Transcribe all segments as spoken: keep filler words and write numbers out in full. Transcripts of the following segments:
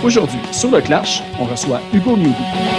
Aujourd'hui, sur le Clash, on reçoit Hugo Newby.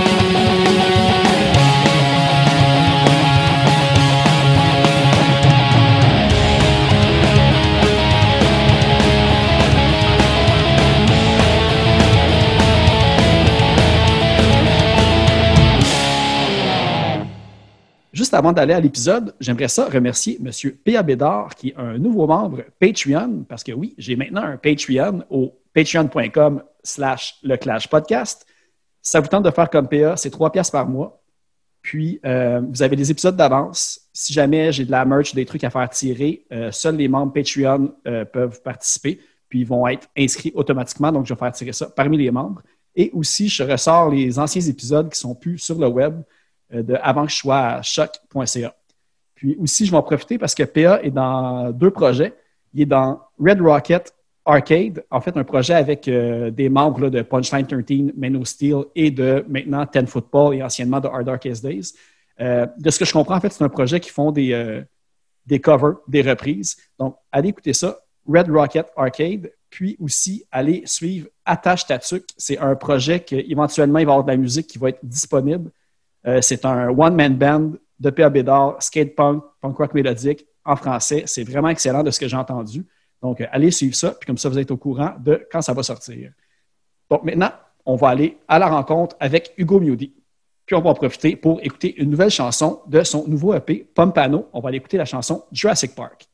Juste avant d'aller à l'épisode, j'aimerais ça remercier M. P A. Bédard, qui est un nouveau membre Patreon, parce que oui, j'ai maintenant un Patreon au patreon.com slash le Clash Podcast. Si ça vous tente de faire comme P A, c'est trois piastres par mois. Puis, euh, vous avez des épisodes d'avance. Si jamais j'ai de la merch, des trucs à faire tirer, euh, seuls les membres Patreon euh, peuvent participer. Puis, ils vont être inscrits automatiquement. Donc, je vais faire tirer ça parmi les membres. Et aussi, je ressors les anciens épisodes qui sont plus sur le web de avant que je sois à choc point c a. Puis aussi, je vais en profiter parce que P A est dans deux projets. Il est dans Red Rocket Arcade, en fait, un projet avec euh, des membres là, de Punchline treize, Men of Steel et de maintenant Ten Football et anciennement de Hard Darkest Days. Euh, de ce que je comprends, en fait, c'est un projet qui font des, euh, des covers, des reprises. Donc, allez écouter ça, Red Rocket Arcade. Puis aussi, allez suivre Attache Tatuc. C'est un projet qu'éventuellement, il va y avoir de la musique qui va être disponible. Euh, c'est un one-man band de P A. Bédard, skate punk, punk rock mélodique en français. C'est vraiment excellent de ce que j'ai entendu. Donc, euh, allez suivre ça, puis comme ça, vous êtes au courant de quand ça va sortir. Donc, maintenant, on va aller à la rencontre avec Hugo Newby. Puis, on va en profiter pour écouter une nouvelle chanson de son nouveau E P, Pompano. On va aller écouter la chanson Jurassic Park.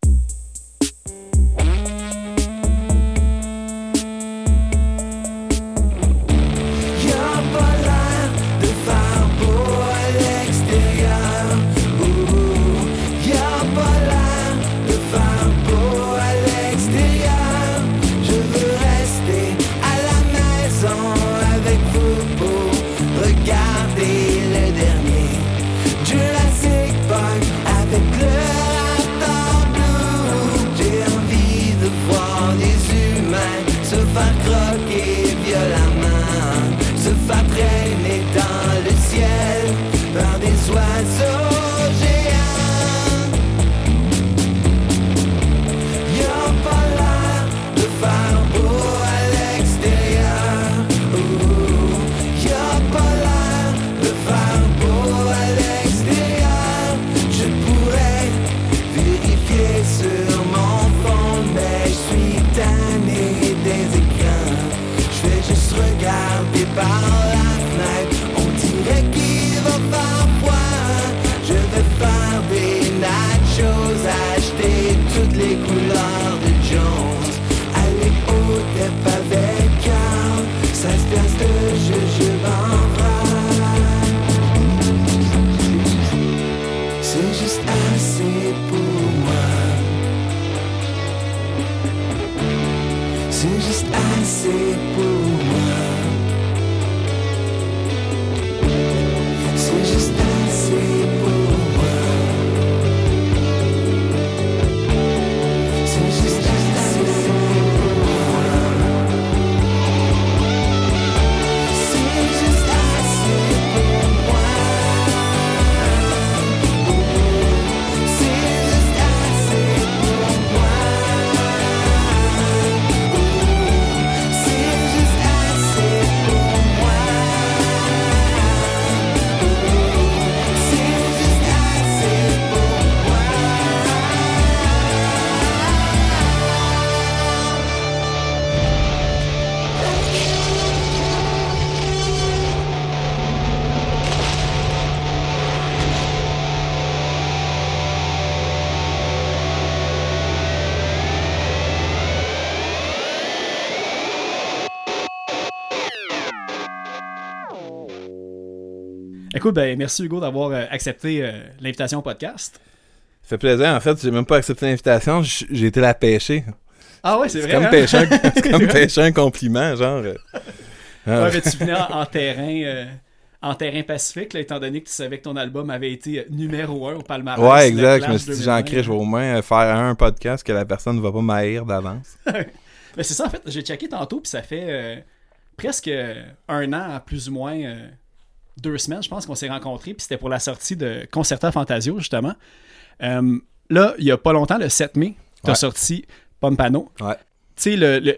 Écoute, ben, merci Hugo d'avoir euh, accepté euh, l'invitation au podcast. Ça fait plaisir. En fait, j'ai même pas accepté l'invitation. J'ai été la pêcher. Ah ouais, c'est, c'est vrai. Comme hein? pêcher un, c'est comme pêcher un compliment, genre. Euh, ouais, mais tu venais en, en terrain euh, en terrain pacifique, là, étant donné que tu savais que ton album avait été numéro un au palmarès. Ouais, exact. Je me suis dit, j'en crée, je vais au moins faire un podcast que la personne ne va pas m'haïr d'avance. Mais c'est ça, en fait. J'ai checké tantôt, puis ça fait euh, presque un an, plus ou moins... Euh, deux semaines, je pense qu'on s'est rencontrés, puis c'était pour la sortie de Concerta Fantasio, justement. Euh, là, il n'y a pas longtemps, le sept mai, tu as ouais. sorti Pompano. Ouais. Tu sais, le, le,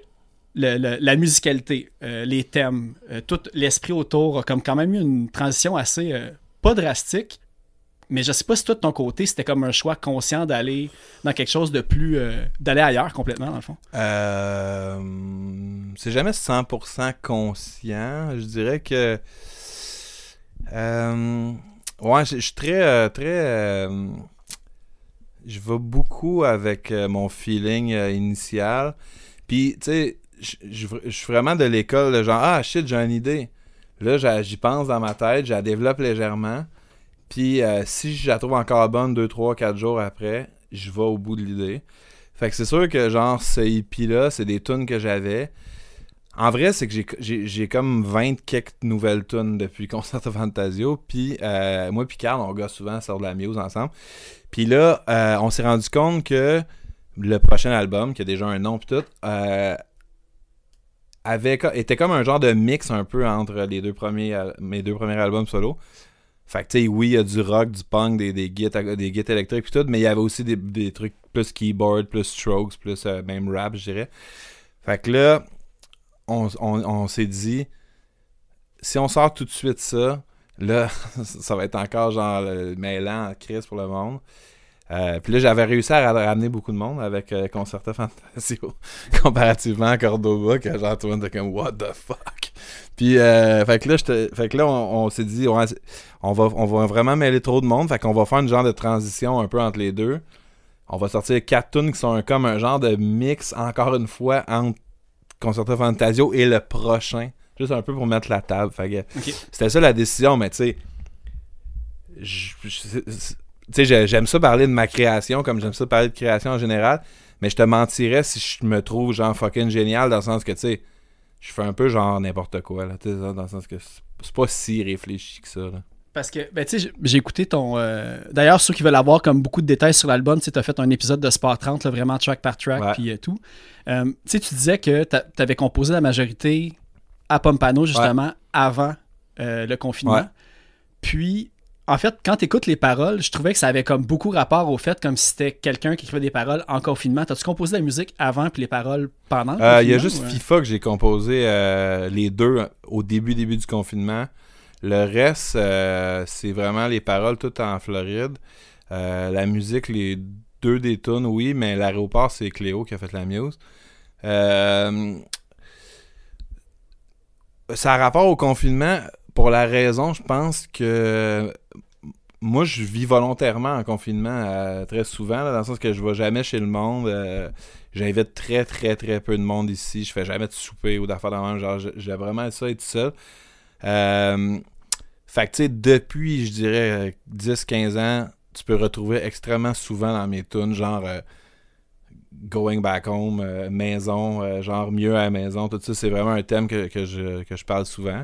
le, le, la musicalité, euh, les thèmes, euh, tout l'esprit autour a comme quand même eu une transition assez, euh, pas drastique, mais je sais pas si toi de ton côté, c'était comme un choix conscient d'aller dans quelque chose de plus, euh, d'aller ailleurs complètement dans le fond. Euh, c'est jamais cent pour cent conscient. Je dirais que euh, ouais, je suis très, euh, très euh, je vais beaucoup avec euh, mon feeling euh, initial. Puis, tu sais, je suis vraiment de l'école de genre, ah shit, j'ai une idée. Là, j'y pense dans ma tête, je la développe légèrement. Puis, euh, si je la trouve encore bonne deux, trois, quatre jours après, je vais au bout de l'idée. Fait que c'est sûr que, genre, ce hippie-là, c'est des tunes que j'avais. En vrai, c'est que j'ai, j'ai, j'ai comme vingt quelques nouvelles tunes depuis Concerto Fantasio. Puis, euh, moi puis Carl, on gosse souvent sur de la muse ensemble. Puis là, euh, on s'est rendu compte que le prochain album, qui a déjà un nom pis tout, euh, avait, était comme un genre de mix un peu entre les deux premiers, mes deux premiers albums solo. Fait que tu sais, oui, il y a du rock, du punk, des, des guitares des guitares électriques pis tout, mais il y avait aussi des, des trucs plus keyboard, plus strokes, plus euh, même rap, je dirais. Fait que là, on, on, on s'est dit, si on sort tout de suite ça, là, ça va être encore genre le mêlant en crise pour le monde. Euh, puis là, j'avais réussi à ramener beaucoup de monde avec euh, Concerto Fantasio comparativement à Cordoba, que genre tout le monde était comme what the fuck. Puis euh, fait que là, fait que là on, on s'est dit on, on, va, on va vraiment mêler trop de monde, fait qu'on va faire une genre de transition un peu entre les deux. On va sortir quatre tunes qui sont un, comme un genre de mix, encore une fois, entre Concerto Fantasio et le prochain. Juste un peu pour mettre la table. Fait que okay. C'était ça la décision, mais tu sais... Tu sais, j'aime ça parler de ma création, comme j'aime ça parler de création en général, mais je te mentirais si je me trouve genre fucking génial, dans le sens que, tu sais, je fais un peu genre n'importe quoi, là, tu sais, dans le sens que c'est pas si réfléchi que ça, là. Parce que, ben, tu sais, j'ai écouté ton... Euh... D'ailleurs, ceux qui veulent avoir comme beaucoup de détails sur l'album, tu sais, t'as fait un épisode de Sport trente, là, vraiment track par track, ouais. Puis euh, tout. Euh, tu sais, tu disais que t'avais composé la majorité à Pompano, justement, ouais. avant euh, le confinement. Ouais. Puis... En fait, quand tu écoutes les paroles, je trouvais que ça avait comme beaucoup rapport au fait comme si c'était quelqu'un qui écrivait des paroles en confinement. T'as-tu composé la musique avant puis les paroles pendant le euh, confinement? Il y a juste ou... FIFA que j'ai composé euh, les deux au début début du confinement. Le reste, euh, c'est vraiment les paroles toutes en Floride. Euh, la musique, les deux des tunes, oui, mais l'aéroport, c'est Cléo qui a fait la muse. Euh, ça a rapport au confinement... Pour la raison, je pense que moi, je vis volontairement en confinement euh, très souvent, là, dans le sens que je vais jamais chez le monde. Euh, j'invite très, très, très peu de monde ici. Je fais jamais de souper ou d'affaires dans le même. Genre, j'ai vraiment ça être seul. Euh, fait que, tu sais, depuis, je dirais, dix quinze ans, tu peux retrouver extrêmement souvent dans mes tunes, genre euh, Going Back Home, euh, maison, euh, genre mieux à la maison. Tout ça, c'est vraiment un thème que, que, je, que je parle souvent.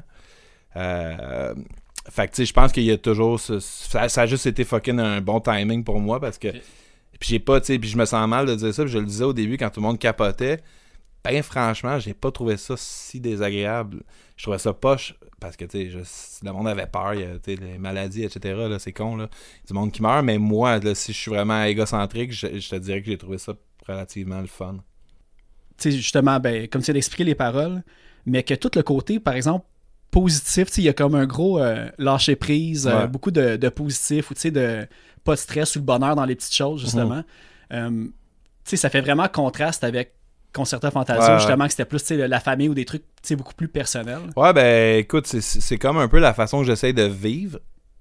Euh, fait que tu sais, je pense qu'il y a toujours ce, ça, ça a juste été fucking un bon timing pour moi parce que okay. Puis j'ai pas, tu sais, puis je me sens mal de dire ça, puis je le disais au début quand tout le monde capotait, ben franchement, j'ai pas trouvé ça si désagréable. Je trouvais ça poche parce que tu sais, le monde avait peur, il y a les maladies, et cetera. Là, c'est con, là, du monde qui meurt, mais moi, là, si je suis vraiment égocentrique, je, je te dirais que j'ai trouvé ça relativement le fun. Tu sais, justement, ben, comme tu as expliqué les paroles, mais que tout le côté, par exemple, positif, il y a comme un gros euh, lâcher prise, ouais. euh, beaucoup de, de positif, ou de pas de stress ou de bonheur dans les petites choses, justement. Mm-hmm. Euh, ça fait vraiment contraste avec Concerto Fantasio, ouais, justement, ouais. que c'était plus la famille ou des trucs beaucoup plus personnels. Ouais, ben écoute, c'est, c'est comme un peu la façon que j'essaie de vivre.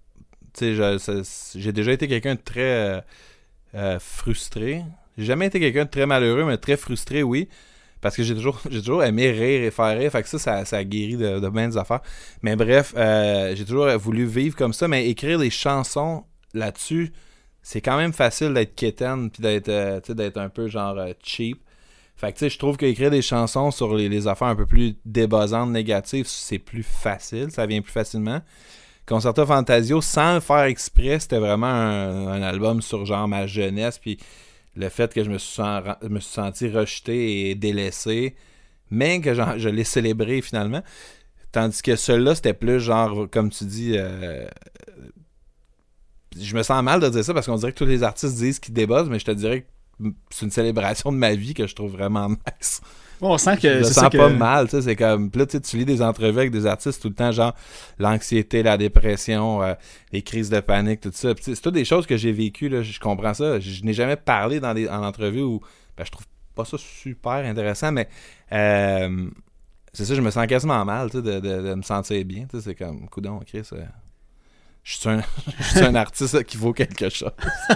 Je, c'est, j'ai déjà été quelqu'un de très euh, euh, frustré. J'ai jamais été quelqu'un de très malheureux, mais très frustré, oui. Parce que j'ai toujours, j'ai toujours aimé rire et faire rire. Fait que ça, ça, ça a guéri de, de bien des affaires. Mais bref, euh, j'ai toujours voulu vivre comme ça. Mais écrire des chansons là-dessus, c'est quand même facile d'être quétaine puis d'être, euh, d'être un peu genre euh, cheap. Fait que tu sais, je trouve qu'écrire des chansons sur les, les affaires un peu plus débossantes, négatives, c'est plus facile. Ça vient plus facilement. Concerto Fantasio, sans le faire exprès, c'était vraiment un, un album sur genre ma jeunesse. Puis le fait que je me suis, sens, me suis senti rejeté et délaissé, mais que genre, je l'ai célébré finalement. Tandis que celui-là, c'était plus genre, comme tu dis, euh, je me sens mal de dire ça parce qu'on dirait que tous les artistes disent qu'ils débossent, mais je te dirais que c'est une célébration de ma vie que je trouve vraiment nice. Bon, on sent que je me c'est sens ça pas que... mal, tu sais, c'est comme, puis là, tu sais, tu lis des entrevues avec des artistes tout le temps, genre l'anxiété, la dépression, euh, les crises de panique, tout ça. Puis, c'est toutes des choses que j'ai vécues, là, je comprends ça. Je, je n'ai jamais parlé dans des, en entrevue où, ben, je trouve pas ça super intéressant, mais euh, c'est ça, je me sens quasiment mal, tu sais, de, de, de me sentir bien, tu sais, c'est comme, coudonc, Chris, euh, je suis un, je suis un artiste qui vaut quelque chose.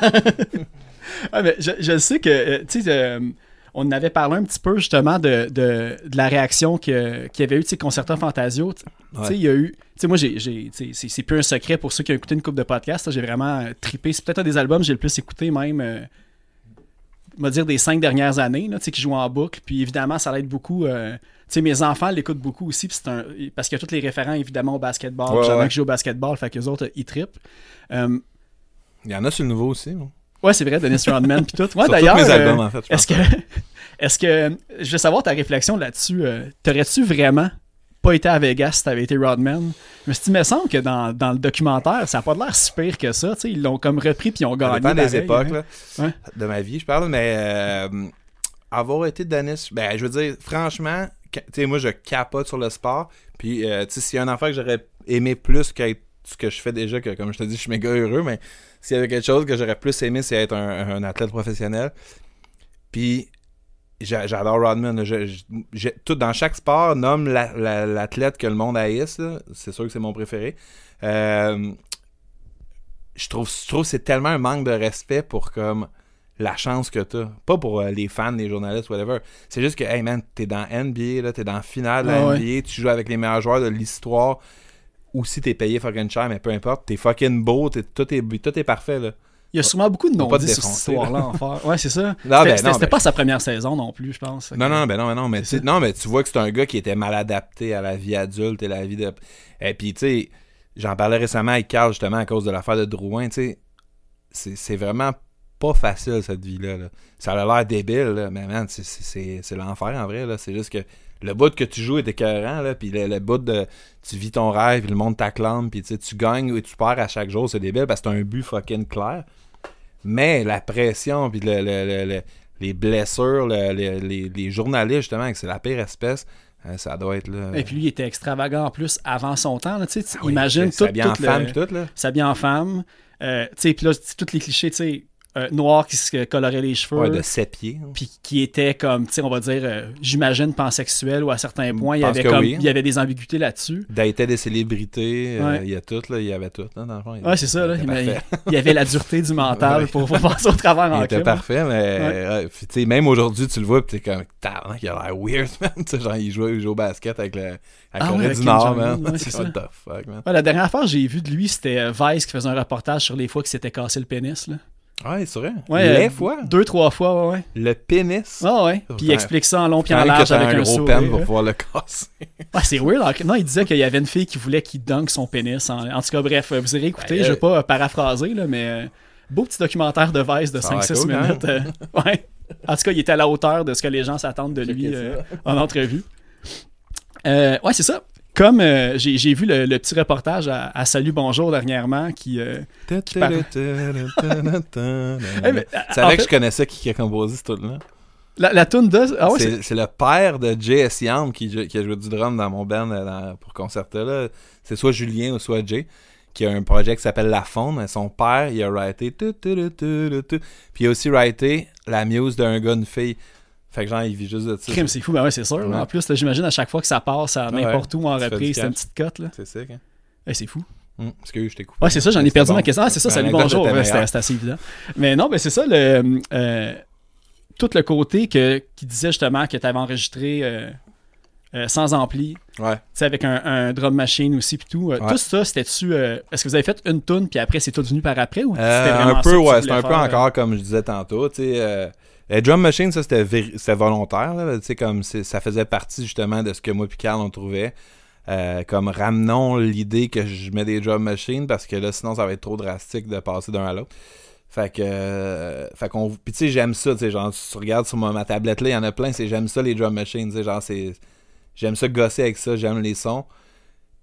ah, mais je, je sais que, tu sais, euh, on avait parlé un petit peu justement de, de, de la réaction que, qu'il y avait eu, tu sais, Concerto Fantasio. Tu sais, ouais. Il y a eu. Tu sais, moi, j'ai, j'ai, c'est, c'est plus un secret pour ceux qui ont écouté une couple de podcasts. Là, j'ai vraiment euh, trippé. C'est peut-être un des albums que j'ai le plus écouté, même, euh, on va dire, des cinq dernières années, là, tu sais, qui joue en boucle. Puis évidemment, ça l'aide beaucoup. Euh, tu sais, mes enfants l'écoutent beaucoup aussi. Puis c'est un, parce qu'il y a tous les référents, évidemment, au basketball. Ouais, J'en ai ouais. qui jouent au basketball, fait qu'eux autres, ils trippent. Euh, Il y en a sur le nouveau aussi, non? Ouais, c'est vrai, Dennis Rodman puis tout. Ouais, sur d'ailleurs, tous mes albums, euh, en fait, je est-ce que, est-ce que, je veux savoir ta réflexion là-dessus. Euh, t'aurais-tu vraiment pas été à Vegas si t'avais été Rodman? Je me suis dit, il me semble que dans, dans le documentaire, ça n'a pas l'air si pire que ça. T'sais, ils l'ont comme repris puis ils ont gagné. Ça dépend des pareil, époques, hein. là, Ouais. de ma vie, je parle, mais euh, avoir été Dennis, ben, je veux dire, franchement, tu sais, moi, je capote sur le sport. Puis, euh, tu sais, s'il y a un enfant que j'aurais aimé plus qu'être ce que je fais déjà, que comme je te dis, je suis méga heureux, mais s'il y avait quelque chose que j'aurais plus aimé, c'est être un, un athlète professionnel. Puis, j'adore Rodman. Je, je, je, tout, dans chaque sport, nomme la, la, l'athlète que le monde haïsse. Là. C'est sûr que c'est mon préféré. Euh, je trouve, je trouve que c'est tellement un manque de respect pour comme la chance que t'as. Pas pour euh, les fans, les journalistes, whatever. C'est juste que, hey man, t'es dans N B A, là, t'es dans la finale de la ah, N B A, ouais. Tu joues avec les meilleurs joueurs de l'histoire. Ou si t'es payé fucking cher, mais peu importe, t'es fucking beau, t'es, tout, est, tout est parfait, là. Il y a sûrement beaucoup de non-dits sur cette histoire-là en faire. Ouais, c'est ça. Non, c'était ben, c'était, non, c'était ben, pas sa première saison non plus, je pense. Non, non, ben non, ben non, mais, non, mais tu vois que c'est un gars qui était mal adapté à la vie adulte et la vie de... Et puis, tu sais, j'en parlais récemment avec Carl, justement, à cause de l'affaire de Drouin, tu sais, c'est, c'est vraiment pas facile, cette vie-là. Là. Ça a l'air débile, là, mais man, c'est, c'est, c'est l'enfer, en vrai, là. C'est juste que le bout que tu joues est écœurant, là, puis le, le bout de... Tu vis ton rêve, puis le monde t'acclame, puis tu gagnes et tu perds à chaque jour, c'est débile, parce que t'as un but fucking clair. Mais la pression, puis le, le, le, le, les blessures, le, le, les, les journalistes, justement, que c'est la pire espèce, hein, ça doit être là. Et puis lui, il était extravagant en plus avant son temps. Tu sais, oui, imagine tout. S'habiller en tout femme, le... tout, là. S'habiller en femme. Euh, tu sais, puis là, tous les clichés, tu sais. Euh, noir qui se colorait les cheveux. Ouais, de sept pieds. Puis qui était comme, tu sais, on va dire, euh, j'imagine, pansexuel ou à certains points, il y avait que comme, oui. il y avait des ambiguïtés là-dessus. Datait des célébrités, ouais. euh, il y a tout, là, il y avait tout, là, dans le fond. Ouais, c'est ça, là. Il, il y avait la dureté du mental ouais. pour, pour passer au travers en Il était crime. parfait, mais ouais. euh, tu sais, même aujourd'hui, tu le vois, pis t'es comme, t'as il a l'air weird, man. Tu sais, genre, il jouait, il jouait au basket avec le, la Corée ah ouais, du Nord, man. Ouais, c'est ça. What the fuck, man. Ouais, la dernière fois que j'ai vu de lui, c'était Vice qui faisait un reportage sur les fois qu'il s'était cassé le pénis, là. Ouais, c'est vrai. Ouais, les euh, fois. Deux, trois fois, ouais, ouais. Le pénis. Ah ouais. Puis il explique ça en long puis en large avec un, un gros pen pour pouvoir le casser. Ouais, c'est weird. Non, il disait qu'il y avait une fille qui voulait qu'il dunk son pénis. En, en tout cas, bref, vous irez écouter. Ouais, je vais pas paraphraser, là, mais beau petit documentaire de Vice de cinq six cool, minutes. Hein? Euh, ouais. En tout cas, il était à la hauteur de ce que les gens s'attendent de lui euh, en entrevue. Euh, ouais, c'est ça. Comme euh, j'ai, j'ai vu le, le petit reportage à, à Salut Bonjour dernièrement qui, euh, qui parle... hey, mais, tu savais que fait, je connaissais qui a composé ce truc-là? La, la toune de... Ah ouais, c'est, c'est... c'est le père de Jay S. Young qui, qui a joué du drum dans mon band dans, pour Concerta. C'est soit Julien ou soit Jay qui a un projet qui s'appelle La Faune. Son père, il a writé... Puis il a aussi writé la muse d'un gars, une fille. Fait que genre, il vit juste de ça. Crime, c'est fou, ben ouais, c'est sûr. Ouais. En plus, là, j'imagine à chaque fois que ça passe à n'importe ouais, où en reprise, c'est une petite cote. Là. C'est ça, hein? Hey, c'est fou. Mmh, parce que je t'ai coupé. Ouais, c'est ça, j'en ai perdu bon. ma question. Ah, c'est ça, salut, bonjour. Ouais, c'était, c'était assez évident. Mais non, ben c'est ça, le, euh, tout le côté que, qui disait justement que tu avais enregistré euh, euh, sans ampli. Ouais. Tu sais, avec un, un drum machine aussi, puis tout. Euh, ouais. Tout ça, c'était-tu. Euh, est-ce que vous avez fait une toune, puis après, c'est tout venu par après ou euh, c'était vraiment un peu, ça ouais, c'était un faire, peu euh... encore comme je disais tantôt, tu sais. Euh... Le drum machine, ça, c'était, vér... c'était volontaire. Là, comme ça faisait partie, justement, de ce que moi et Carl, on trouvait. Euh, comme, ramenons l'idée que je mets des drum machines, parce que là, sinon, ça va être trop drastique de passer d'un à l'autre. Fait que... Euh... Fait qu'on... Puis, tu sais, j'aime ça, tu sais, genre, si tu regardes sur ma, ma tablette, là, il y en a plein, c'est j'aime ça, les drum machines, tu sais, genre, c'est... J'aime ça gosser avec ça, j'aime les sons.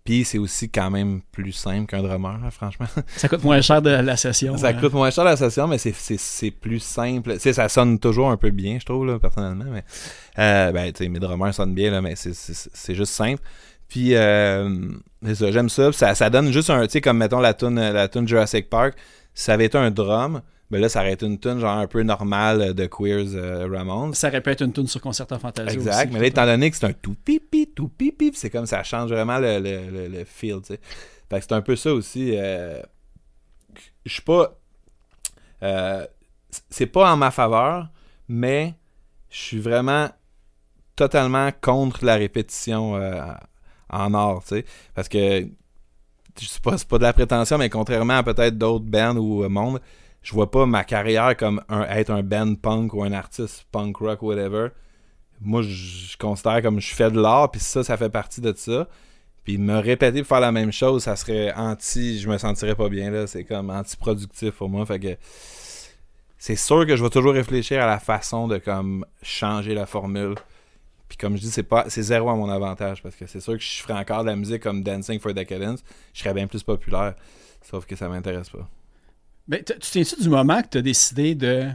Puis c'est aussi quand même plus simple qu'un drummer, hein, franchement. Ça coûte moins cher de la session. Ça hein. coûte moins cher la session, mais c'est, c'est, c'est plus simple. Tu sais, ça sonne toujours un peu bien, je trouve, là, personnellement. Mais, euh, ben, tu sais, mes drummers sonnent bien, là, mais c'est, c'est, c'est juste simple. Puis, euh, c'est ça, j'aime ça. ça. Ça donne juste un, tu sais, comme mettons la tune, la tune Jurassic Park, si ça avait été un drum, ben là, ça aurait été une tune genre un peu normale de Queers euh, Ramones. Ça aurait pu être une tune sur Concerto Fantasio. Exact, aussi, mais là, étant donné que c'est un tout pipi, tout pipi, c'est comme ça change vraiment le, le, le, le feel, tu sais. Fait que c'est un peu ça aussi. Euh, je suis pas. Euh, c'est pas en ma faveur, mais je suis vraiment totalement contre la répétition euh, en art, tu sais. Parce que, je sais pas, c'est pas de la prétention, mais contrairement à peut-être d'autres bands ou euh, monde, je vois pas ma carrière comme un, être un band punk ou un artiste punk rock ou whatever. Moi, je, je considère comme je fais de l'art, puis ça, ça fait partie de ça. Puis me répéter pour faire la même chose, ça serait anti... Je me sentirais pas bien, là. C'est comme anti-productif pour moi. Fait que c'est sûr que je vais toujours réfléchir à la façon de comme changer la formule. Puis comme je dis, c'est pas c'est zéro à mon avantage. Parce que c'est sûr que je ferais encore de la musique comme Dancing for Decadence. Je serais bien plus populaire. Sauf que ça m'intéresse pas. Ben, tu te souviens-tu du moment que tu as décidé de,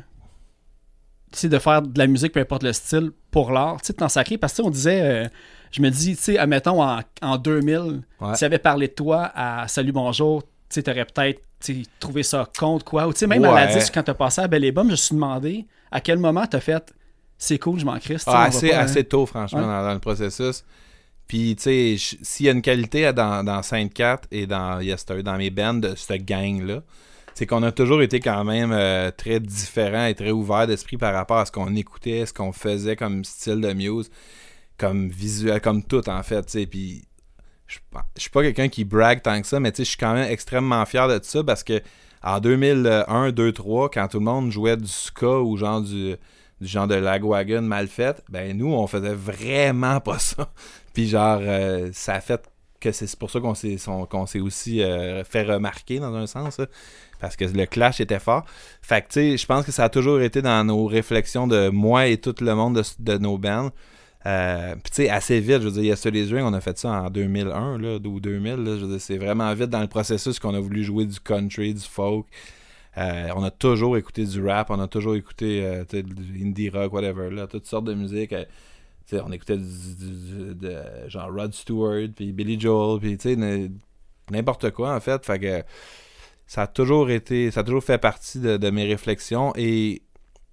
de faire de la musique, peu importe le style, pour l'art, tu sais, de t'en sacrer? Parce que on disait, euh, je me dis, tu sais, admettons, en, en deux mille, Ouais. s'il avait parlé de toi à Salut Bonjour, tu aurais peut-être trouvé ça contre quoi. Ou tu sais, même Ouais. à la disque, quand tu as passé à Belle et Bomme, je me suis demandé à quel moment tu as fait c'est cool, je m'en crisse. Ah, assez, pas, assez hein? tôt, franchement, ouais. dans, dans le processus. Puis, tu sais, s'il y a une qualité dans, dans Sainte-Cat et dans Yester, dans mes bands de cette gang-là, c'est qu'on a toujours été quand même euh, très différents et très ouverts d'esprit par rapport à ce qu'on écoutait, ce qu'on faisait comme style de muse, comme visuel, comme tout en fait, tu sais. Puis je je suis pas quelqu'un qui brague tant que ça, mais tu sais, je suis quand même extrêmement fier de ça parce que en deux mille un, deux, trois, quand tout le monde jouait du ska ou genre du, du genre de Lagwagon mal fait, ben nous, on faisait vraiment pas ça. Puis genre, euh, ça a fait que c'est pour ça qu'on s'est, son, qu'on s'est aussi euh, fait remarquer dans un sens, là, parce que le clash était fort. Fait que tu sais, je pense que ça a toujours été dans nos réflexions de moi et tout le monde de, de nos bands. Euh, puis tu sais, assez vite, je veux dire, Yesterday's Ring, on a fait ça en deux mille un là, ou deux mille, là, je veux dire, c'est vraiment vite dans le processus qu'on a voulu jouer du country, du folk. Euh, on a toujours écouté du rap, on a toujours écouté euh, du indie rock, whatever, là, toutes sortes de musique. Euh, T'sais, on écoutait du, du, du, de, genre Rod Stewart, puis Billy Joel, puis tu sais, n'importe quoi en fait. Fait que ça a toujours été, ça a toujours fait partie de, de mes réflexions et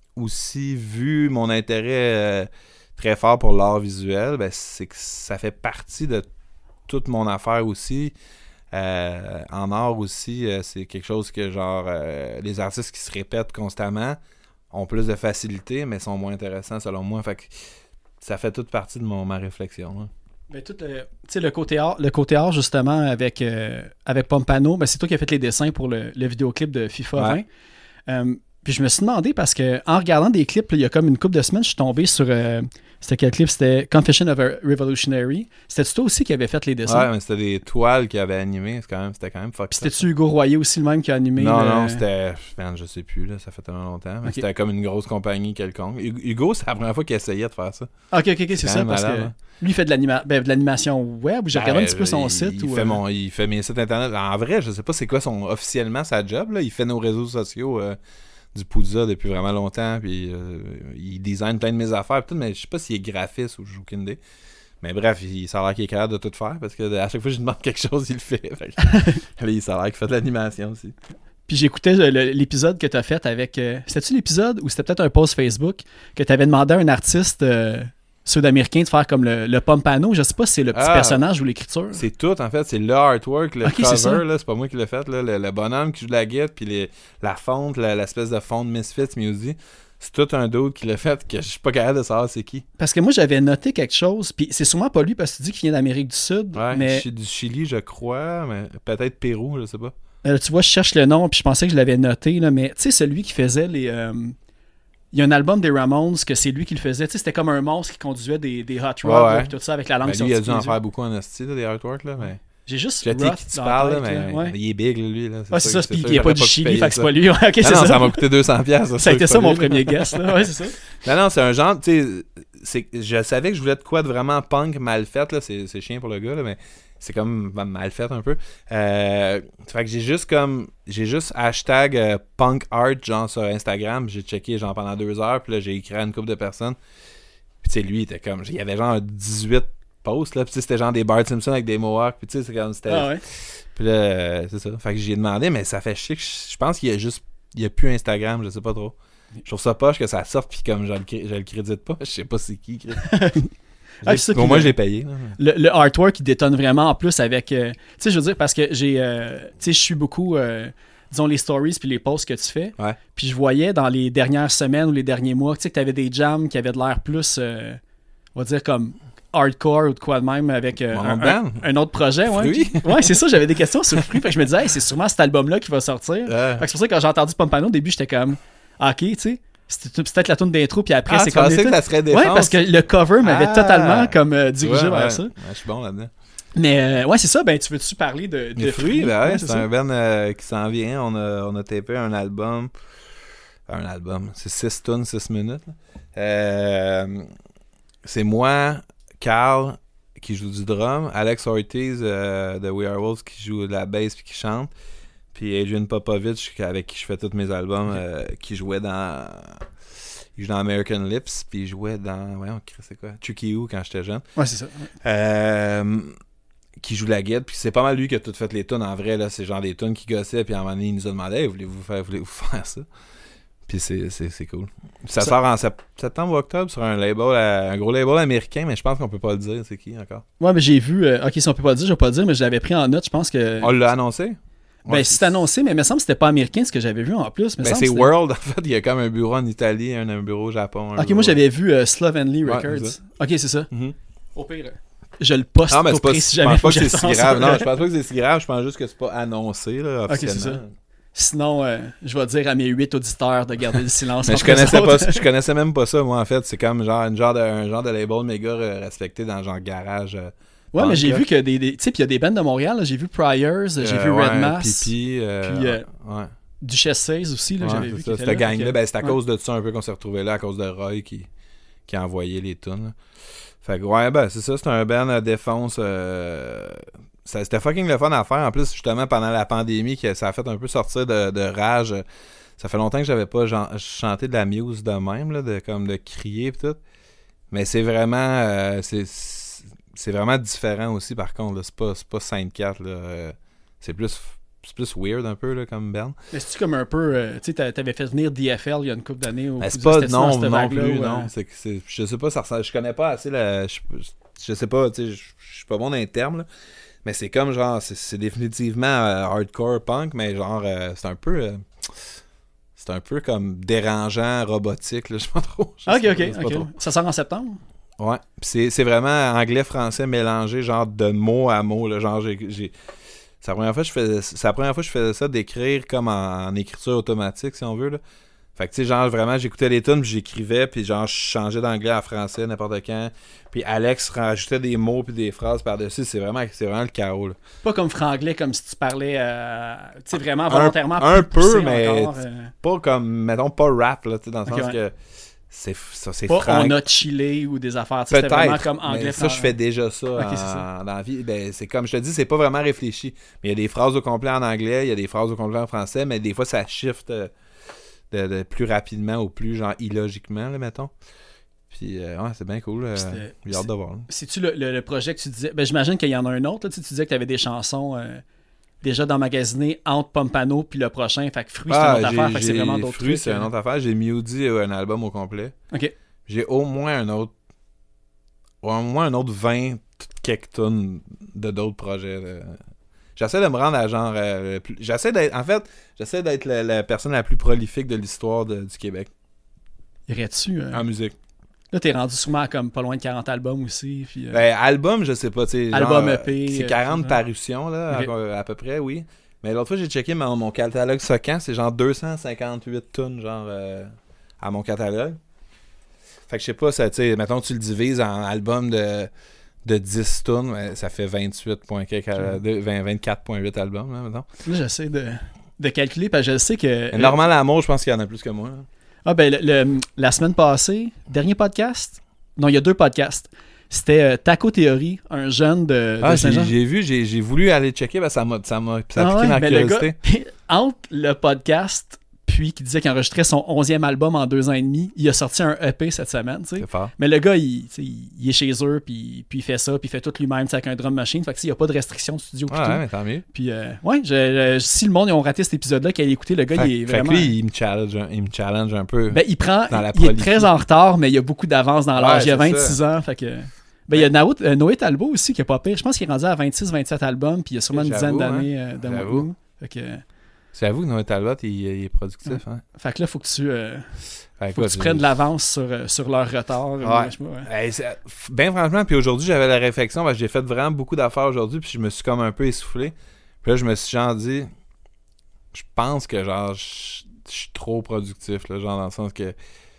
aussi vu mon intérêt euh, très fort pour l'art visuel, ben c'est que ça fait partie de toute mon affaire aussi. Euh, en art aussi, euh, c'est quelque chose que genre euh, les artistes qui se répètent constamment ont plus de facilité, mais sont moins intéressants selon moi. Fait que ça fait toute partie de mon, ma réflexion. Hein. Ben, tout le, le, côté art, le côté art, justement, avec, euh, avec Pompano, ben, c'est toi qui as fait les dessins pour le, le vidéoclip de FIFA ouais. vingt. Euh, puis je me suis demandé, parce que en regardant des clips, là, il y a comme une couple de semaines, je suis tombé sur... Euh, c'était quel clip? C'était Confession of a Revolutionary. C'était toi aussi qui avait fait les dessins? Ouais, mais c'était des toiles qui avaient animé. C'était quand même, c'était quand même fuck. Puis c'était-tu Hugo Royer aussi le même qui a animé? Non, le... non, c'était... Man, je sais plus, là, ça fait tellement longtemps. Mais okay. C'était comme une grosse compagnie quelconque. Hugo, c'est la première fois qu'il essayait de faire ça. Ok, ok, ok, c'est, c'est ça, parce malade, que hein. Lui, il fait de, l'anima... ben, de l'animation web, ou j'ai ben, regardé un petit peu son il, site. Il, ou, fait euh... mon, il fait mes sites internet. En vrai, je sais pas c'est quoi son officiellement sa job, là. Il fait nos réseaux sociaux... Euh... du Poudza depuis vraiment longtemps, puis euh, il design plein de mes affaires, tout, mais je sais pas s'il est graphiste ou j'ai aucune idée. Mais bref, il, ça a l'air qu'il est capable de tout faire, parce que à chaque fois que je lui demande quelque chose, il le fait. fait que, là, ça a l'air qu'il fait de l'animation aussi. Puis j'écoutais le, l'épisode que tu as fait avec... Euh, c'était-tu l'épisode ou c'était peut-être un post Facebook que tu avais demandé à un artiste euh, sud-américain de faire comme le, le Pompano? Je sais pas si c'est le petit ah, personnage ou l'écriture. C'est tout, en fait. C'est le artwork, le okay, cover. C'est, là, c'est pas moi qui l'ai fait. Là, le, le bonhomme qui joue de la guitare, puis les, la fonte, la, l'espèce de fond de Misfits Music. C'est tout un d'autre qui l'a fait que je suis pas capable de savoir c'est qui. Parce que moi, j'avais noté quelque chose, puis c'est sûrement pas lui parce que tu dis qu'il vient d'Amérique du Sud. Ouais, mais... du Chili, je crois, mais peut-être Pérou, je sais pas. Euh, tu vois, je cherche le nom, puis je pensais que je l'avais noté, là, mais tu sais, celui qui faisait les... Euh... Il y a un album des Ramones que c'est lui qui le faisait. Tu sais, c'était comme un monstre qui conduisait des, des hot rods ouais, ouais. Et tout ça avec la langue ben, lui, il a dû en faire beaucoup en esti, des artworks, là, mais... J'ai juste je sais qui tu parles, là, mais ouais. Il est big, lui. Là. C'est ah, c'est ça, ça puis il n'y a pas du Chili, fait que c'est pas lui. Okay, c'est ah non, ça. ça m'a coûté deux cents dollars. Ça, ça a été ça, mon premier guess, là. Ouais, c'est ça. Non, non, c'est un genre, tu sais, je savais que je voulais de quoi de vraiment punk mal fait, là. C'est, c'est chiant pour le gars, là, mais c'est comme mal fait un peu. Euh, fait que j'ai juste comme j'ai juste hashtag euh, punk art genre sur Instagram, j'ai checké genre pendant deux heures, puis là j'ai écrit à une couple de personnes. Puis tu sais, lui il était comme, il y avait genre dix-huit posts là, puis c'était genre des Bart Simpson avec des mohawks, puis tu sais c'est comme c'était. Ah ouais. Puis là euh, c'est ça. Fait que j'ai demandé, mais ça fait chier que je, je pense qu'il y a juste il y a plus Instagram, je sais pas trop. Je trouve ça poche que ça sorte puis comme je le, je le crédite pas, je sais pas c'est qui. Ah, c'est ça, au moins, le, je l'ai payé. Là. Le, le artwork, il détonne vraiment en plus avec... Euh, tu sais, je veux dire, parce que j'ai... Euh, tu sais, je suis beaucoup, euh, disons, les stories puis les posts que tu fais. Ouais. Puis je voyais dans les dernières semaines ou les derniers mois, tu sais, que tu avais des jams qui avaient de l'air plus, euh, on va dire, comme hardcore ou de quoi de même avec euh, un, un, un autre projet. Ouais, Fruit? Puis, ouais, c'est ça, j'avais des questions sur Fruit. Fait que je me disais, hey, c'est sûrement cet album-là qui va sortir. Euh. Fait que c'est pour ça que quand j'ai entendu Pompano, au début, j'étais comme, ah, ok, tu sais. C'était peut-être la tune d'intro, puis après, ah, c'est comme. Tu pensais que ça serait défense? Ouais, parce que le cover m'avait ah, totalement comme euh, dirigé ouais, vers ouais. ça. Ouais, je suis bon là-dedans. Mais euh, ouais, c'est ça. Ben, tu veux-tu parler de, de Les fruits? Ben ouais, ouais, c'est, c'est un band euh, qui s'en vient. On a, on a tapé un album. Un album. C'est six tunes, six minutes. Euh, c'est moi, Carl, qui joue du drum, Alex Ortiz euh, de We Are Wolves qui joue de la bass puis qui chante. Puis Adrian Popovich, avec qui je fais tous mes albums, okay. euh, qui jouait dans. Il jouait dans American Lips, puis il jouait dans. Ouais, on c'est quoi Chucky Who quand j'étais jeune. Ouais, c'est ça. Ouais. Euh, qui joue la guide, puis c'est pas mal lui qui a tout fait les tunes en vrai, là. C'est genre des tunes qui gossaient, puis à un moment donné, il nous a demandé hey, voulez-vous faire, voulez-vous faire ça Puis c'est, c'est, c'est cool. Puis ça, ça sort en septembre ou octobre sur un label, un gros label américain, mais je pense qu'on peut pas le dire, c'est qui encore Ouais, mais j'ai vu. Euh, ok, si on peut pas le dire, je vais pas le dire, mais je l'avais pris en note, je pense que. On l'a annoncé Ben, ouais, c'est annoncé, mais il me semble que c'était pas américain ce que j'avais vu en plus. Ben, c'est World, en fait. Il y a comme un bureau en Italie, un, un bureau au Japon. Ok, bureau... moi j'avais vu euh, Slovenly ouais, Records. c'est ok, c'est ça. Mm-hmm. Au pire, je le poste non, mais au pas, prix si je jamais. pense pas que c'est si grave. Ça. Non, je pense pas que c'est si grave. Je pense juste que c'est pas annoncé, là, officiellement. Ok, c'est ça. Sinon, euh, je vais dire à mes huit auditeurs de garder le silence. Mais je connaissais pas, je connaissais même pas ça, moi, en fait. C'est comme genre, une genre de, un genre de label méga respecté dans genre garage. Euh, Ouais, mais j'ai là. vu que des, des tu sais, puis il y a des bands de Montréal, là, j'ai vu Priors, j'ai euh, vu ouais, Red Mass, Pipi, euh, puis euh, ouais. Duchesse seize aussi, là, ouais, j'avais vu. Ça, cette gang-là, ben, c'est à ouais. cause de ça un peu qu'on s'est retrouvé là, à cause de Roy qui, qui a envoyé les tunes. Fait que ouais, ben c'est ça, c'est un band à défense. Euh, ça, c'était fucking le fun à faire. En plus, justement, pendant la pandémie, que ça a fait un peu sortir de, de rage. Ça fait longtemps que j'avais pas genre, chanté de la muse de même, là, de, comme de crier et tout. Mais c'est vraiment... Euh, c'est, c'est vraiment différent aussi, par contre. Là. C'est pas, c'est pas cinq quatre. Là. Euh, c'est plus... C'est plus weird un peu là, comme band. Mais c'est-tu comme un peu... Euh, tu sais, t'avais fait venir D F L il y a une couple d'années. Ben, c'est pas... Non, non plus, ou, non. Euh... C'est, c'est, je sais pas, ça ressemble... Je connais pas assez la... Je, je sais pas, tu sais, je, je suis pas bon dans les termes, là. Mais c'est comme genre... C'est, c'est définitivement euh, hardcore punk, mais genre... Euh, c'est un peu... Euh, c'est un peu comme dérangeant, robotique, là, je sais pas trop. Je ok, sais ok, pas, ok. trop. Ça sort en septembre? Ouais. Pis c'est, c'est vraiment anglais-français mélangé, genre de mot à mot, là. Genre, j'ai... j'ai... C'est la première fois que je faisais, c'est la première fois que je faisais ça, d'écrire comme en, en écriture automatique, si on veut, là. Fait que, tu sais, genre, vraiment, j'écoutais les tunes, puis j'écrivais, puis genre, je changeais d'anglais à français n'importe quand. Puis Alex rajoutait des mots puis des phrases par-dessus. C'est vraiment, c'est vraiment le chaos, là. Pas comme franglais, comme si tu parlais, euh, tu sais, vraiment volontairement. Un, un peu, mais encore, euh... pas comme, mettons, pas rap, là, tu sais, dans le okay, sens ouais. que c'est, ça, c'est pas franc. On a chillé ou des affaires, tu sais, c'était vraiment comme anglais. Ça, je fais déjà ça, okay, en, c'est ça dans la vie. Ben, c'est comme je te dis, c'est pas vraiment réfléchi. Mais il y a des phrases au complet en anglais, il y a des phrases au complet en français, mais des fois, ça shift de, de, de plus rapidement ou plus, genre, illogiquement, là, mettons. Puis, euh, ouais, c'est bien cool. Euh, j'ai hâte de voir. Là. C'est-tu le, le, le projet que tu disais? Ben, j'imagine qu'il y en a un autre. Là, tu disais que tu avais des chansons euh, déjà d'emmagasinées entre Pompano puis le prochain. Fait que Fruit, ah, c'est une autre j'ai, affaire. Fait que c'est vraiment d'autres Fruit, trucs. c'est euh... une autre affaire. J'ai Mewdy, un album au complet. OK. J'ai au moins un autre... Au moins un autre vingt quelques tonnes de d'autres projets. Là. J'essaie de me rendre à genre... Euh, plus... J'essaie d'être... En fait, j'essaie d'être la, la personne la plus prolifique de l'histoire de, du Québec. Irais-tu? Euh... En musique. Là, t'es rendu sûrement à comme pas loin de quarante albums aussi. Puis, euh... Ben, album, je sais pas. Album genre, E P. C'est quarante euh, parutions, là, okay. à, à peu près, oui. Mais l'autre fois, j'ai checké mon, mon catalogue Socan, c'est genre deux cent cinquante-huit tonnes, genre, euh, à mon catalogue. Fait que je sais pas, ça, tu sais, mettons que tu le divises en albums de, de dix tonnes, ça fait vingt-huit vingt-quatre virgule huit albums, là, mettons. Là, j'essaie de, de calculer, parce que je sais que... Normal Amour, je pense qu'il y en a plus que moi. Là. Ah ben, le, le, la semaine passée, dernier podcast, non, il y a deux podcasts, C'était euh, Taco Theory, un jeune de, ah, de j'ai, Saint-Jean. j'ai vu, j'ai, j'ai voulu aller checker, ben ça m'a, ça m'a, ça a Ah piqué ouais, ma mais curiosité. Le gars, entre le podcast puis qui disait qu'il enregistrait son onzième album en deux ans et demi, il a sorti un E P cette semaine, tu sais. C'est fort. Mais le gars, il, il, il est chez eux, puis, puis il fait ça, puis il fait tout lui-même avec un drum machine. Fait que il n'y a pas de restriction de studio. Ouais, ouais, mais tant mieux. Puis, euh, ouais, je, je, si le monde ils ont raté cet épisode-là, qu'il a écouté, le gars, fait, il est fait vraiment. Que lui, il me challenge, il me challenge un peu. Ben, il prend. Dans la il est très en retard, mais il y a beaucoup d'avance dans l'âge. Ouais, il a vingt-six ça. ans, fait que. Ben, il y a Noé, euh, Noé Talbot aussi qui est pas pire. Je pense qu'il est rendu à vingt-six vingt-sept albums, puis il y a sûrement une dizaine d'années hein. euh, de moi. Fait que. J'avoue que Noé Talbot, il, il est productif. Ouais. Hein. Fait que là, il faut que tu, euh, fait faut que tu prennes de l'avance sur, sur leur retard. Ouais. Moi, je, ouais. Hey, ben franchement, puis aujourd'hui, j'avais la réflexion, parce que j'ai fait vraiment beaucoup d'affaires aujourd'hui, puis je me suis comme un peu essoufflé. Puis là, je me suis genre dit, je pense que genre, je, je suis trop productif, là, genre dans le sens que, tu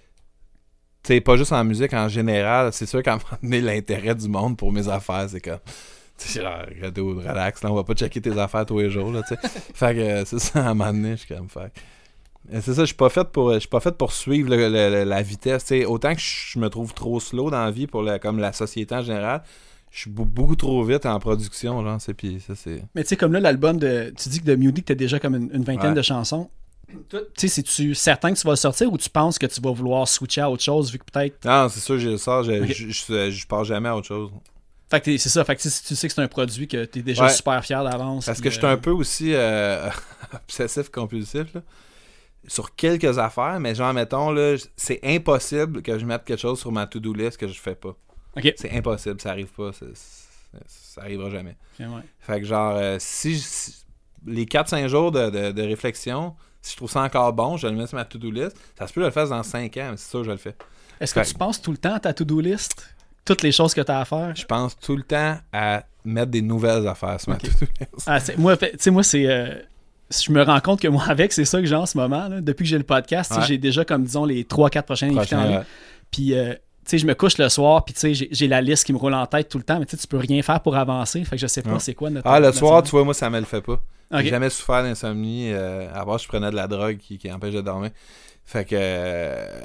sais, pas juste en musique, en général, c'est sûr qu'à un moment donné, l'intérêt du monde pour mes affaires, c'est comme... Tu sais, genre, relax, là, on va pas checker tes affaires tous les jours, là, tu sais. Fait que euh, c'est ça, à un moment donné, je suis comme, fait et c'est ça, je suis pas fait pour je suis pas fait pour suivre le, le, la vitesse, tu sais. Autant que je me trouve trop slow dans la vie pour la, comme la société en général, je suis beaucoup trop vite en production, genre, c'est, puis ça, c'est... Mais tu sais, comme là, l'album de... Tu dis que de Mudic, t'as déjà comme une, une vingtaine ouais. de chansons. Tu sais, c'est-tu certain que tu vas le sortir ou tu penses que tu vas vouloir switcher à autre chose, vu que peut-être... Non, c'est sûr, je le sors, je, okay. je, je, je pars jamais à autre chose. Fait que c'est ça, fait que si tu sais que c'est un produit que t'es déjà ouais. super fier d'avance. Parce que je suis euh... un peu aussi euh, obsessif-compulsif, là, sur quelques affaires, mais genre, mettons, là, c'est impossible que je mette quelque chose sur ma to-do list que je fais pas. Okay. C'est impossible, ça arrive pas, c'est, c'est, ça arrivera jamais. Okay, ouais. Fait que genre, euh, si, si les quatre cinq jours de, de, de réflexion, si je trouve ça encore bon, je le mets sur ma to-do list, ça se peut que je le fasse dans cinq ans, mais c'est sûr que je le fais. Est-ce que fait... tu penses tout le temps à ta to-do list? Toutes les choses que tu as à faire? Je pense tout le temps à mettre des nouvelles affaires sur okay. ma to-do list. Ah, c'est, moi, tu sais, moi, c'est... Euh, je me rends compte que moi, avec, c'est ça que j'ai en ce moment. Là. Depuis que j'ai le podcast, ouais. j'ai déjà, comme disons, les trois quatre prochains invités en ligne. Puis, euh, tu sais, je me couche le soir, puis tu sais, j'ai, j'ai la liste qui me roule en tête tout le temps, mais tu sais, tu peux rien faire pour avancer. Fait que je sais pas ouais. c'est quoi notre... Ah, le notre soir, semaine. Tu vois, moi, ça me le fait pas. Okay. J'ai jamais souffert d'insomnie, euh, à part je prenais de la drogue qui, qui empêche de dormir. Fait que... Euh,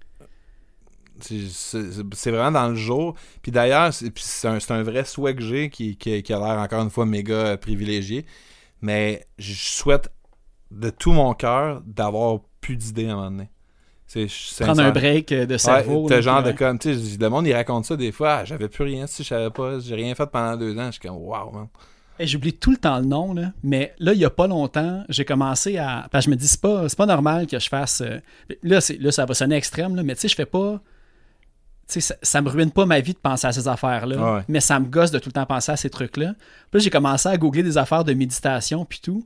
C'est, c'est, c'est vraiment dans le jour. Puis d'ailleurs, c'est, c'est, un, c'est un vrai souhait que j'ai qui, qui, qui a l'air encore une fois méga privilégié. Mais je souhaite de tout mon cœur d'avoir plus d'idées à un moment donné. C'est, Prendre un break de cerveau. Ouais, genre de comme, tu sais, le monde il raconte ça des fois. Ah, j'avais plus rien si je savais pas. J'ai rien fait pendant deux ans. Je suis comme, waouh, man. Hey, j'oublie tout le temps le nom, là, mais là, il n'y a pas longtemps, j'ai commencé à. Parce que je me dis, c'est pas, c'est pas normal que je fasse. Euh... Là, c'est, là, ça va sonner extrême, là, mais tu sais, je fais pas. Tu sais, ça, ça me ruine pas ma vie de penser à ces affaires-là, ah ouais. mais ça me gosse de tout le temps penser à ces trucs-là. Puis là, j'ai commencé à googler des affaires de méditation, puis tout.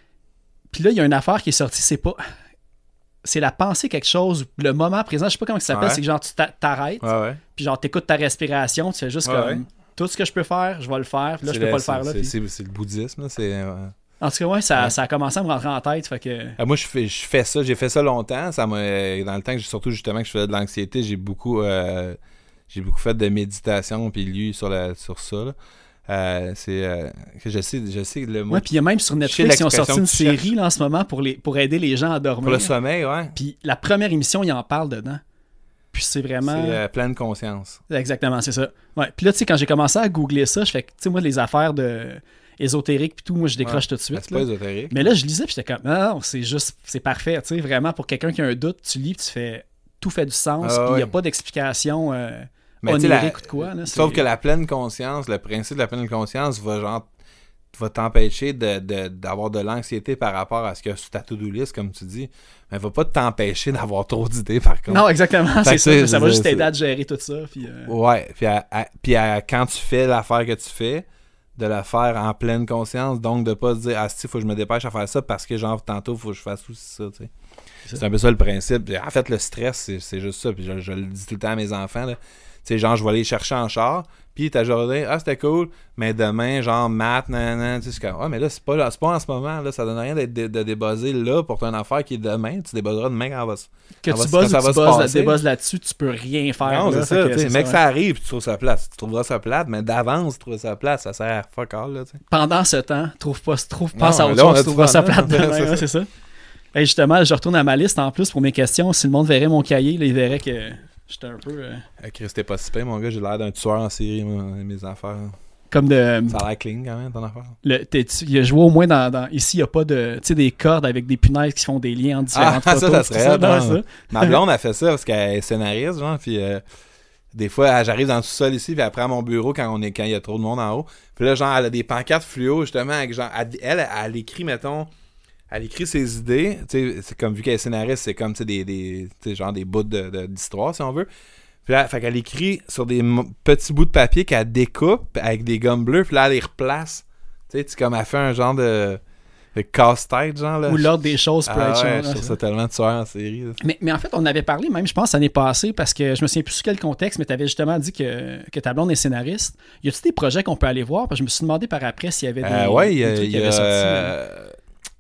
Puis là, il y a une affaire qui est sortie, c'est pas. C'est la pensée quelque chose, le moment présent, je sais pas comment ça s'appelle, ouais. c'est que genre, tu t'arrêtes, ouais, ouais. puis genre, t'écoutes ta respiration, tu fais juste ouais, comme. Ouais. Tout ce que je peux faire, je vais le faire. Puis là, c'est je peux la, pas le faire là. C'est, puis... c'est, c'est le bouddhisme, là. C'est, euh... En tout cas, ouais, ça, ouais. ça a commencé à me rentrer en tête. Fait que... ah, moi, je fais, je fais ça. J'ai fait ça longtemps. Ça m'a, dans le temps que j'ai, surtout justement que je faisais de l'anxiété, j'ai beaucoup, euh, j'ai beaucoup fait de méditation puis lu sur, la, sur ça. Là. Euh, c'est, euh, je sais, je sais le mot. Ouais, puis il y a même sur Netflix, ils ont sorti une série là, en ce moment pour, les, pour aider les gens à dormir. Pour le sommeil, ouais. Puis la première émission, ils en parlent dedans. Puis c'est vraiment... C'est euh, pleine conscience. Exactement, c'est ça. Ouais. Puis là, tu sais, quand j'ai commencé à googler ça, je fais que, tu sais, moi, les affaires de ésotériques puis tout, moi, je décroche ouais. tout de suite. C'est pas ésotérique. Mais là, je lisais puis j'étais comme, non, non, c'est juste, c'est parfait, tu sais, vraiment, pour quelqu'un qui a un doute, tu lis puis tu fais, tout fait du sens, puis il ah, n'y a pas d'explication euh, onirique ou de quoi. Là, sauf que la pleine conscience, le principe de la pleine conscience va genre va t'empêcher de, de, d'avoir de l'anxiété par rapport à ce qu'il y a sur ta to-do list, comme tu dis, mais va pas t'empêcher d'avoir trop d'idées, par contre. Non, exactement, c'est ça. Ça va juste t'aider à gérer tout ça. Puis euh... ouais, puis, à, à, puis à, quand tu fais l'affaire que tu fais, de la faire en pleine conscience, donc de pas se dire « Ah, si, faut que je me dépêche à faire ça parce que, genre, tantôt, faut que je fasse aussi ça, tu sais. » C'est, c'est un peu ça le principe. En fait, le stress, c'est, c'est juste ça, puis je, je le dis tout le temps à mes enfants, là. Tu sais, genre, je vais aller chercher en char, puis ta journée, ah, c'était cool, mais demain, genre, maths, nanana, tu sais, c'est comme, ah, mais là, c'est pas, là, c'est pas en ce moment, là, ça donne rien d'être de, de débosser là pour une affaire qui est demain, tu débosseras demain quand, va, que quand tu va, bosses quand ou ça tu va bosses, se passer. débosses là-dessus, tu peux rien faire. Non, là, c'est ça, tu sais, mec, ça ça arrive, tu trouves ça plate, tu trouveras ça plate, mais d'avance, tu trouves ça plate, ça sert à fuck all, là, tu sais. Pendant ce temps, trouve pas, trouve, pense non, à autre là, chose, tu trouveras ça plate demain, c'est, ouais, c'est ça. Et justement, je retourne à ma liste en plus pour mes questions. Si le monde verrait mon cahier, là, il verrait que J'étais un peu... Euh... Hey, Chris, t'es pas si pire, mon gars. J'ai l'air d'un tueur en série, moi, mes affaires. Comme de... Ça a l'air clean, quand même, ton affaire. Le, il a joué au moins dans... dans ici, il n'y a pas de... Tu sais, des cordes avec des punaises qui font des liens entre différentes ah, photos. ça, ça serait... Ça, non, ça. Ma blonde a fait ça parce qu'elle est scénariste, genre, puis... Euh, des fois, j'arrive dans le sous-sol ici, puis elle prend mon bureau quand on est quand il y a trop de monde en haut. Puis là, genre, elle a des pancartes fluo, justement, avec genre... Elle, elle, elle écrit, mettons... Elle écrit ses idées, tu sais, c'est comme, vu qu'elle est scénariste, c'est comme, tu sais, des, des, tu sais, genre des bouts de, de, d'histoire, si on veut. Puis là, fait qu'elle écrit sur des m- petits bouts de papier qu'elle découpe avec des gommes bleues, puis là, elle les replace. Tu sais, comme elle fait un genre de, de casse-tête, genre, là. Ou l'ordre des choses peut ah être ouais, genre, je trouve ça tellement tueur en série. Là. Mais, mais en fait, on avait parlé, même, je pense, l'année passée, parce que je me souviens plus sur quel contexte, mais tu avais justement dit que, que ta blonde est scénariste. Y a-t-il des projets qu'on peut aller voir? Parce que je me suis demandé par après s'il y avait des, euh, ouais, des y a, trucs qui y a, avaient sorti. Euh,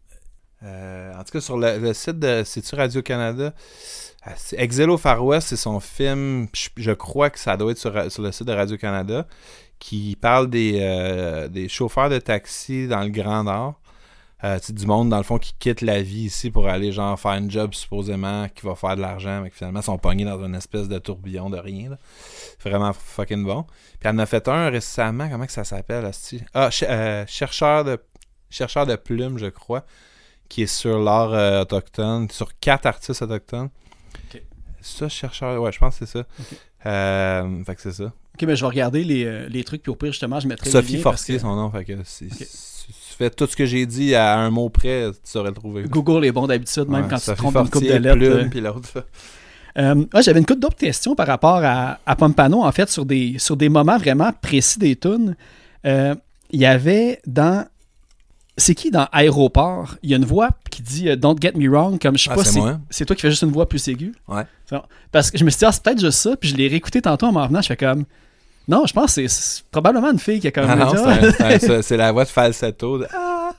euh, en tout cas, sur le, le site de... C'est-tu Radio-Canada? Exil au Far West, c'est son film, je, je crois que ça doit être sur, sur le site de Radio-Canada, qui parle des, euh, des chauffeurs de taxi dans le Grand Nord. Euh, du monde, dans le fond, qui quitte la vie ici pour aller genre faire un job supposément qui va faire de l'argent, mais qui finalement sont pognés dans une espèce de tourbillon de rien. Là. C'est vraiment fucking bon. Puis elle en a fait un récemment, comment que ça s'appelle? Hostie? Ah, ch- euh, chercheur de chercheur de plumes, je crois, qui est sur l'art euh, autochtone, sur quatre artistes autochtones. Okay. Ça, chercheur, ouais, je pense que c'est ça. Okay. Euh, fait que c'est ça. Ok, mais je vais regarder les, euh, les trucs, puis au pire, justement, je mettrai Sophie les liens. Forcier, que... son nom, fait que c'est... Okay. Tu fais tout ce que j'ai dit à un mot près, tu saurais le trouver. Google est bon d'habitude, même ouais, quand Sophie tu te trompes Fortier, une couple de lettres. Plume, euh... puis l'autre. Euh, ah, j'avais une couple d'autres questions par rapport à, à Pompano, en fait, sur des, sur des moments vraiment précis des tunes. Euh, il y avait dans... C'est qui dans Aéroport? Il y a une voix qui dit uh, Don't get me wrong, comme je sais ah, pas, c'est, c'est, moi. c'est toi qui fais juste une voix plus aiguë. Ouais. Parce que je me suis dit, ah, c'est peut-être juste ça, puis je l'ai réécouté tantôt en m'en venant, je fais comme... Non, je pense que c'est, c'est probablement une fille qui a comme... Ah non, dit, c'est, c'est, c'est, c'est la voix de falsetto. De... Ah!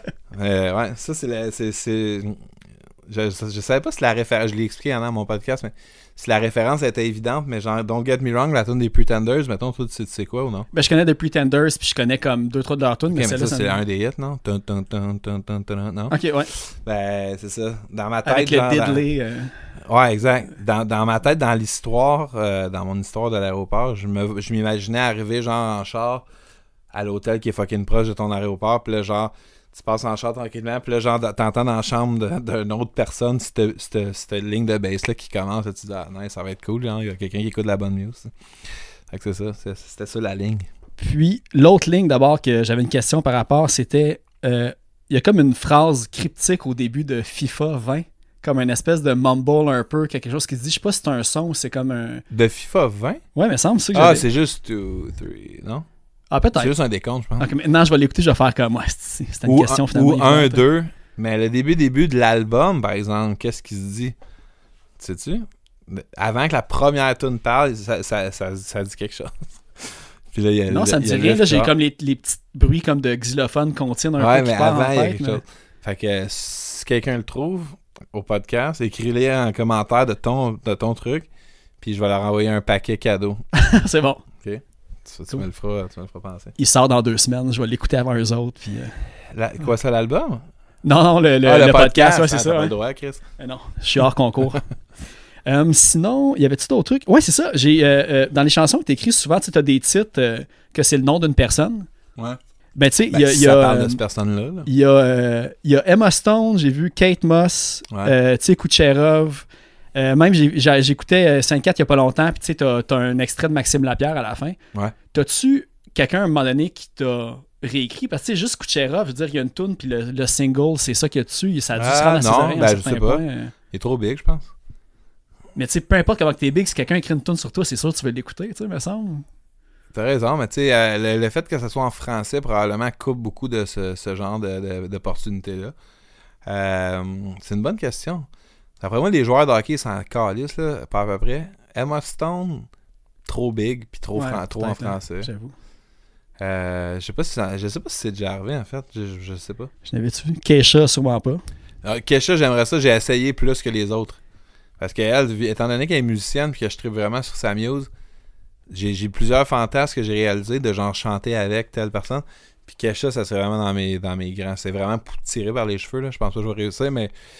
euh, ouais, ça, c'est... La, c'est, c'est... Je, je, je savais pas si la référence... Je l'ai expliqué dans mon podcast, mais si la référence était évidente, mais genre, Don't Get Me Wrong, la tune des Pretenders, mettons, toi, tu sais, tu sais quoi ou non? Ben, je connais The Pretenders, puis je connais comme deux, trois de leurs tunes, okay, mais, mais celle-là, ça, ça c'est me... un des hits, non? Tum, tum, tum, tum, tum, tum, non? Ok, ouais. Ben, c'est ça. Dans ma tête, avec genre, le diddley... dans... Euh... Ouais, exact. Dans, dans ma tête, dans l'histoire, euh, dans mon histoire de l'aéroport, je, me, je m'imaginais arriver genre en char à l'hôtel qui est fucking proche de ton aéroport, puis là, genre, tu passes en char tranquillement, puis là, genre, t'entends dans la chambre de, d'une autre personne cette, cette, cette ligne de bass-là qui commence, et tu dis, ah, non, ça va être cool, il y a quelqu'un qui écoute de la bonne musique. Fait que c'est ça, c'est, c'était ça la ligne. Puis, l'autre ligne, d'abord, que j'avais une question par rapport, c'était, euh, il y a comme une phrase cryptique au début de FIFA vingt, comme une espèce de mumble un peu, quelque chose qui se dit, je sais pas si c'est un son ou c'est comme un... De FIFA vingt? Ouais, mais ça me semble, c'est que Ah, j'avais... c'est juste deux, trois, non? Ah, peut-être. C'est juste un décompte, je pense. Okay, maintenant, je vais l'écouter, je vais faire comme, ouais, c'est, c'est une ou question un, finalement. Ou un, deux, mais le début, début de l'album, par exemple, qu'est-ce qui se dit? Sais-tu? Avant que la première tune parle, ça, ça, ça, ça dit quelque chose. Puis là, y a, non, le, ça me dit rien, là, j'ai comme les, les petits bruits comme de xylophone qu'on tient un ouais, peu mais qui part avant, en il y a tête, quelque mais... chose. Fait que si quelqu'un le trouve au podcast, écris-le en commentaire de ton, de ton truc, puis je vais leur envoyer un paquet cadeau. C'est bon. OK. Tu, tu, me le feras, tu me le feras penser. Il sort dans deux semaines, je vais l'écouter avant eux autres. Puis, euh... La, quoi, ça, l'album? Non, non, le, le, ah, le, le podcast, podcast, ouais, c'est ah, ça. T'as ouais. pas le droit, Chris? Mais non, je suis hors concours. um, sinon, y avait-tu d'autres trucs? Ouais, c'est ça. J'ai, euh, euh, dans les chansons que tu écris, souvent, tu as des titres euh, que c'est le nom d'une personne. Ouais. Ben, tu sais, ben, il y a. Si y a ça parle euh, de cette personne-là. Il y, euh, y a Emma Stone, j'ai vu Kate Moss, ouais. euh, tu sais, Kucherov. Euh, même, j'ai, j'ai, j'écoutais euh, cinq quatre il y a pas longtemps, puis tu sais, t'as, t'as un extrait de Maxime Lapierre à la fin. Ouais. T'as-tu quelqu'un à un moment donné qui t'a réécrit? Parce que tu sais, juste Kucherov, je veux dire, il y a une toune, puis le, le single, c'est ça qu'il y a dessus. Ça a dû ah, se rendre à ses non, oreilles ben, à un je certain sais pas. point. Euh... Il est trop big, je pense. Mais tu sais, peu importe comment t'es big, si quelqu'un écrit une toune sur toi, c'est sûr que tu veux l'écouter, tu sais, me semble. T'as raison, mais tu sais, euh, le, le fait que ça soit en français probablement coupe beaucoup de ce, ce genre de, de, d'opportunités-là. Euh, c'est une bonne question. D'après moi, les joueurs de hockey s'en calissent, là, pas à peu près. Emma Stone, trop big, puis trop, ouais, fran- trop en français. J'avoue. Euh, je sais pas si ça, je sais pas si c'est déjà arrivé, en fait. Je, je sais pas. Je n'avais-tu vu? Keisha, sûrement pas. Alors, Kesha, j'aimerais ça. J'ai essayé plus que les autres. Parce qu'elle, étant donné qu'elle est musicienne puis que je tripe vraiment sur sa muse, j'ai, j'ai plusieurs fantasmes que j'ai réalisés de genre chanter avec telle personne. Puis Kesha, ça serait vraiment dans mes, dans mes grands. C'est vraiment tiré par les cheveux, là. Je pense pas que je vais réussir, mais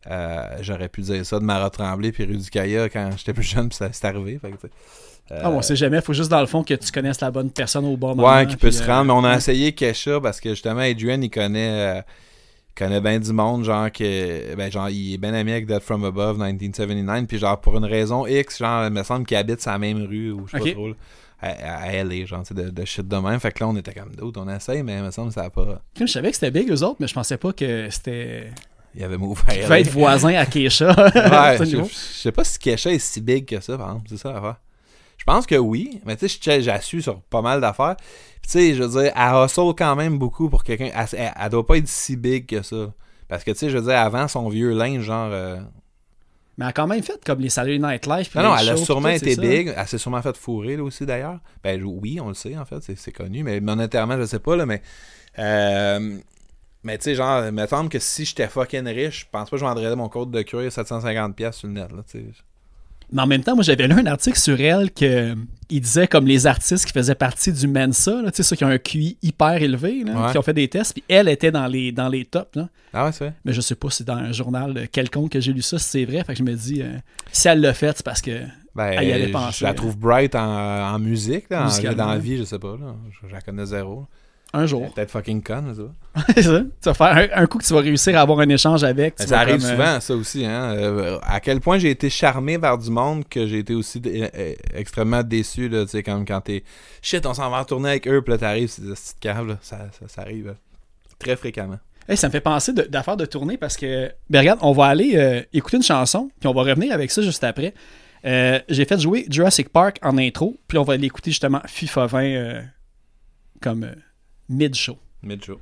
Euh, j'aurais pu dire ça de Mara Tremblay puis Rudy Kaya quand j'étais plus jeune, puis ça c'est arrivé. Fait que, euh... ah, on sait jamais. Il faut juste, dans le fond, que tu connaisses la bonne personne au bon moment. Ouais, qui peut se euh... rendre. Mais on a essayé Kesha parce que, justement, Adrian, il connaît... Euh... connaît bien du monde, genre que ben genre il est bien ami avec Death From Above dix-neuf soixante-dix-neuf, puis genre pour une raison X, genre il me semble qu'il habite sur la même rue ou je sais okay. pas trop là, à, à L A, genre tu sais de, de shit de même, fait que là on était comme d'autres, on essaye mais il me semble que ça a pas. Je savais que c'était big eux autres, mais je pensais pas que c'était. Il y avait Move à L A. Il devait être voisin à Kesha. Ouais, je, je sais pas si Kesha est si big que ça, par exemple, c'est ça l'affaire. Je pense que oui, mais tu sais, j'ai su sur pas mal d'affaires. Tu sais, je veux dire, elle hustle quand même beaucoup pour quelqu'un. Elle, elle, elle doit pas être si big que ça. Parce que, tu sais, je veux dire, avant, son vieux linge, genre... Euh... Mais elle a quand même fait comme les Saturday Night Live. Non, non, elle a sûrement été big. Elle s'est sûrement fait fourrer, là, aussi, d'ailleurs. Ben oui, on le sait, en fait, c'est, c'est connu. Mais monétairement, je sais pas, là, mais... Euh... Mais tu sais, genre, il me semble que si j'étais fucking riche, je pense pas que je vendrais mon code de cuir sept cent cinquante dollars sur le net, là, tu sais. Mais en même temps, moi, j'avais lu un article sur elle que il disait comme les artistes qui faisaient partie du Mensa, tu sais, ceux qui ont un Q I hyper élevé, là, ouais. qui ont fait des tests, puis elle était dans les, dans les tops. Là. Ah ouais, c'est vrai. Mais je sais pas si dans un journal quelconque que j'ai lu ça, si c'est vrai. Fait que je me dis, euh, si elle l'a fait, c'est parce que ben, elle y avait pensé. Je la trouve bright en, en musique, là, en, dans la vie, je sais pas. Là. Je, je la connais zéro. Un jour. Peut-être fucking con, ça. C'est ça. Tu vas faire un, un coup que tu vas réussir à avoir un échange avec. Tu ça arrive comme, souvent, euh... ça aussi. Hein? Euh, à quel point j'ai été charmé vers du monde que j'ai été aussi dé- euh, extrêmement déçu. Là, comme quand t'es shit, on s'en va retourner avec eux, puis là t'arrives, c'est des petites caves. Là, ça, ça, ça arrive euh, très fréquemment. Hey, ça me fait penser de, d'affaires de tournée parce que, ben regarde, on va aller euh, écouter une chanson, puis on va revenir avec ça juste après. Euh, j'ai fait jouer Jurassic Park en intro, puis on va l'écouter justement FIFA vingt euh, comme euh, mid-show. Mid-show.